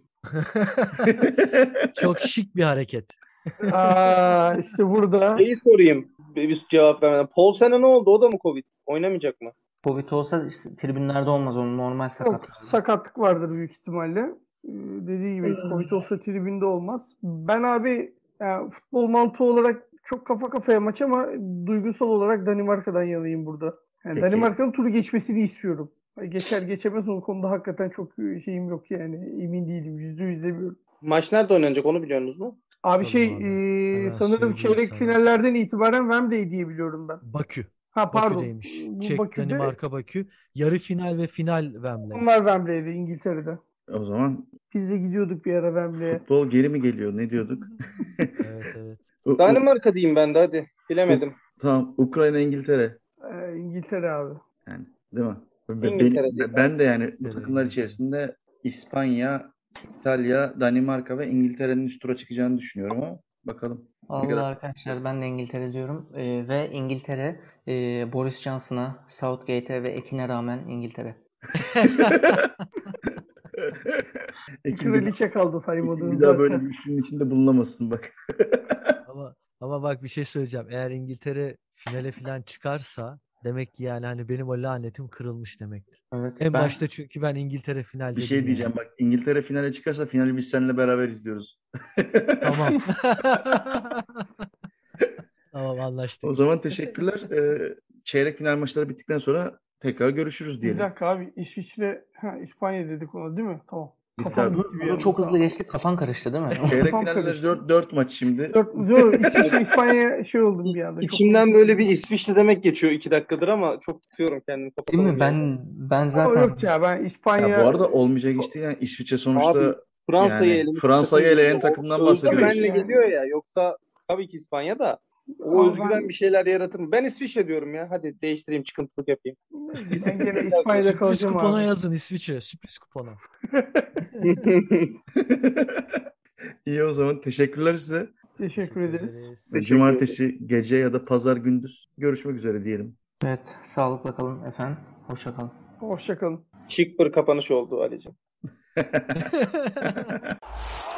Çok şık bir hareket. İşte burada Şeyi sorayım. Bir cevap vermeden. Paul Senna ne oldu? O da mı Covid? Oynamayacak mı? Covid olsa işte tribünlerde olmaz onun normal sakat. yok sakatlık vardır büyük ihtimalle. Dediği gibi Covid olsa tribünde olmaz. Ben abi yani futbol mantığı olarak çok kafa kafaya maç ama duygusal olarak Danimarka'dan yanayım burada. Yani Peki. Danimarka'nın turu geçmesini istiyorum. Geçer geçemez o konuda hakikaten çok şeyim yok yani. Emin değilim. %100 demiyorum. Maç nerede oynanacak onu biliyorsunuz mu? Abi Tamam abi. Hemen sanırım söyleyeyim çeyrek sana. finallerden itibaren Wembley diye biliyorum ben. Bakü. Ha pardon. Bakü'deymiş. Bu Çek, Bakü'de Danimarka, Bakü. Yarı final ve final Wembley. onlar Wembley'de İngiltere'de. O zaman Biz de gidiyorduk bir ara Wembley'e. futbol geri mi geliyor? Ne diyorduk? Evet. Danimarka diyeyim ben de hadi. Bilemedim. Tamam. Ukrayna, İngiltere. İngiltere abi. Yani değil mi? İngiltere değil. Ben de yani bu İngiltere, takımlar İngiltere. içerisinde İspanya, İtalya, Danimarka ve İngiltere'nin üst tura çıkacağını düşünüyorum ama bakalım. Allah arkadaşlar ben de İngiltere diyorum. Ve İngiltere Boris Johnson'a, Southgate'e ve Ekin'e rağmen İngiltere. Ekim Kraliçe kaldı saymadığın bir daha zaten. böyle bir üçlünün içinde bulunamazsın bak. Ama bak bir şey söyleyeceğim. Eğer İngiltere finale falan çıkarsa demek ki yani hani benim o lanetim kırılmış demektir. Evet. En başta çünkü ben İngiltere final Bir dedim şey diyeceğim bak. İngiltere finale çıkarsa finali biz seninle beraber izliyoruz. Tamam. Tamam anlaştık. O zaman teşekkürler. Çeyrek final maçları bittikten sonra tekrar görüşürüz Bir diyelim. dakika abi İspanya dedik ona değil mi? Tamam. Bir Kafam daha- gitti bir Bunu anda. çok hızlı geçtik. Kafan karıştı değil mi? Çeyrek Kafam finaller karıştı. 4 maç şimdi. İsviçre İspanya oldum bir anda. Çok İçimden böyle bir İsviçre demek geçiyor 2 dakikadır ama çok tutuyorum kendimi Değil kapatalım. mi? Ben Ama zaten yok ya ben İspanya Ya bu arada olmayacak iş değil yani. İsviçre sonuçta Abi, Fransa'yı yani elemiş Fransa'yı takım eleyen geliyor. takımdan O bahsediyoruz. özgüvenle Yani. geliyor ya. Yoksa tabii ki İspanya da o Ama özgüven bir şeyler yaratır mı? Ben İsviçre diyorum ya. Hadi değiştireyim, çıkıntılık yapayım. ben gene İspanya'da Sürpriz kalacağım kupona abi. yazın İsviçre. Sürpriz kupona. İyi o zaman teşekkürler size. Teşekkür ederiz. Cumartesi gece ya da pazar gündüz görüşmek üzere diyelim. evet sağlıkla kalın efendim. Hoşça kalın. Hoşça kalın. Şık bir kapanış oldu Ali'ciğim.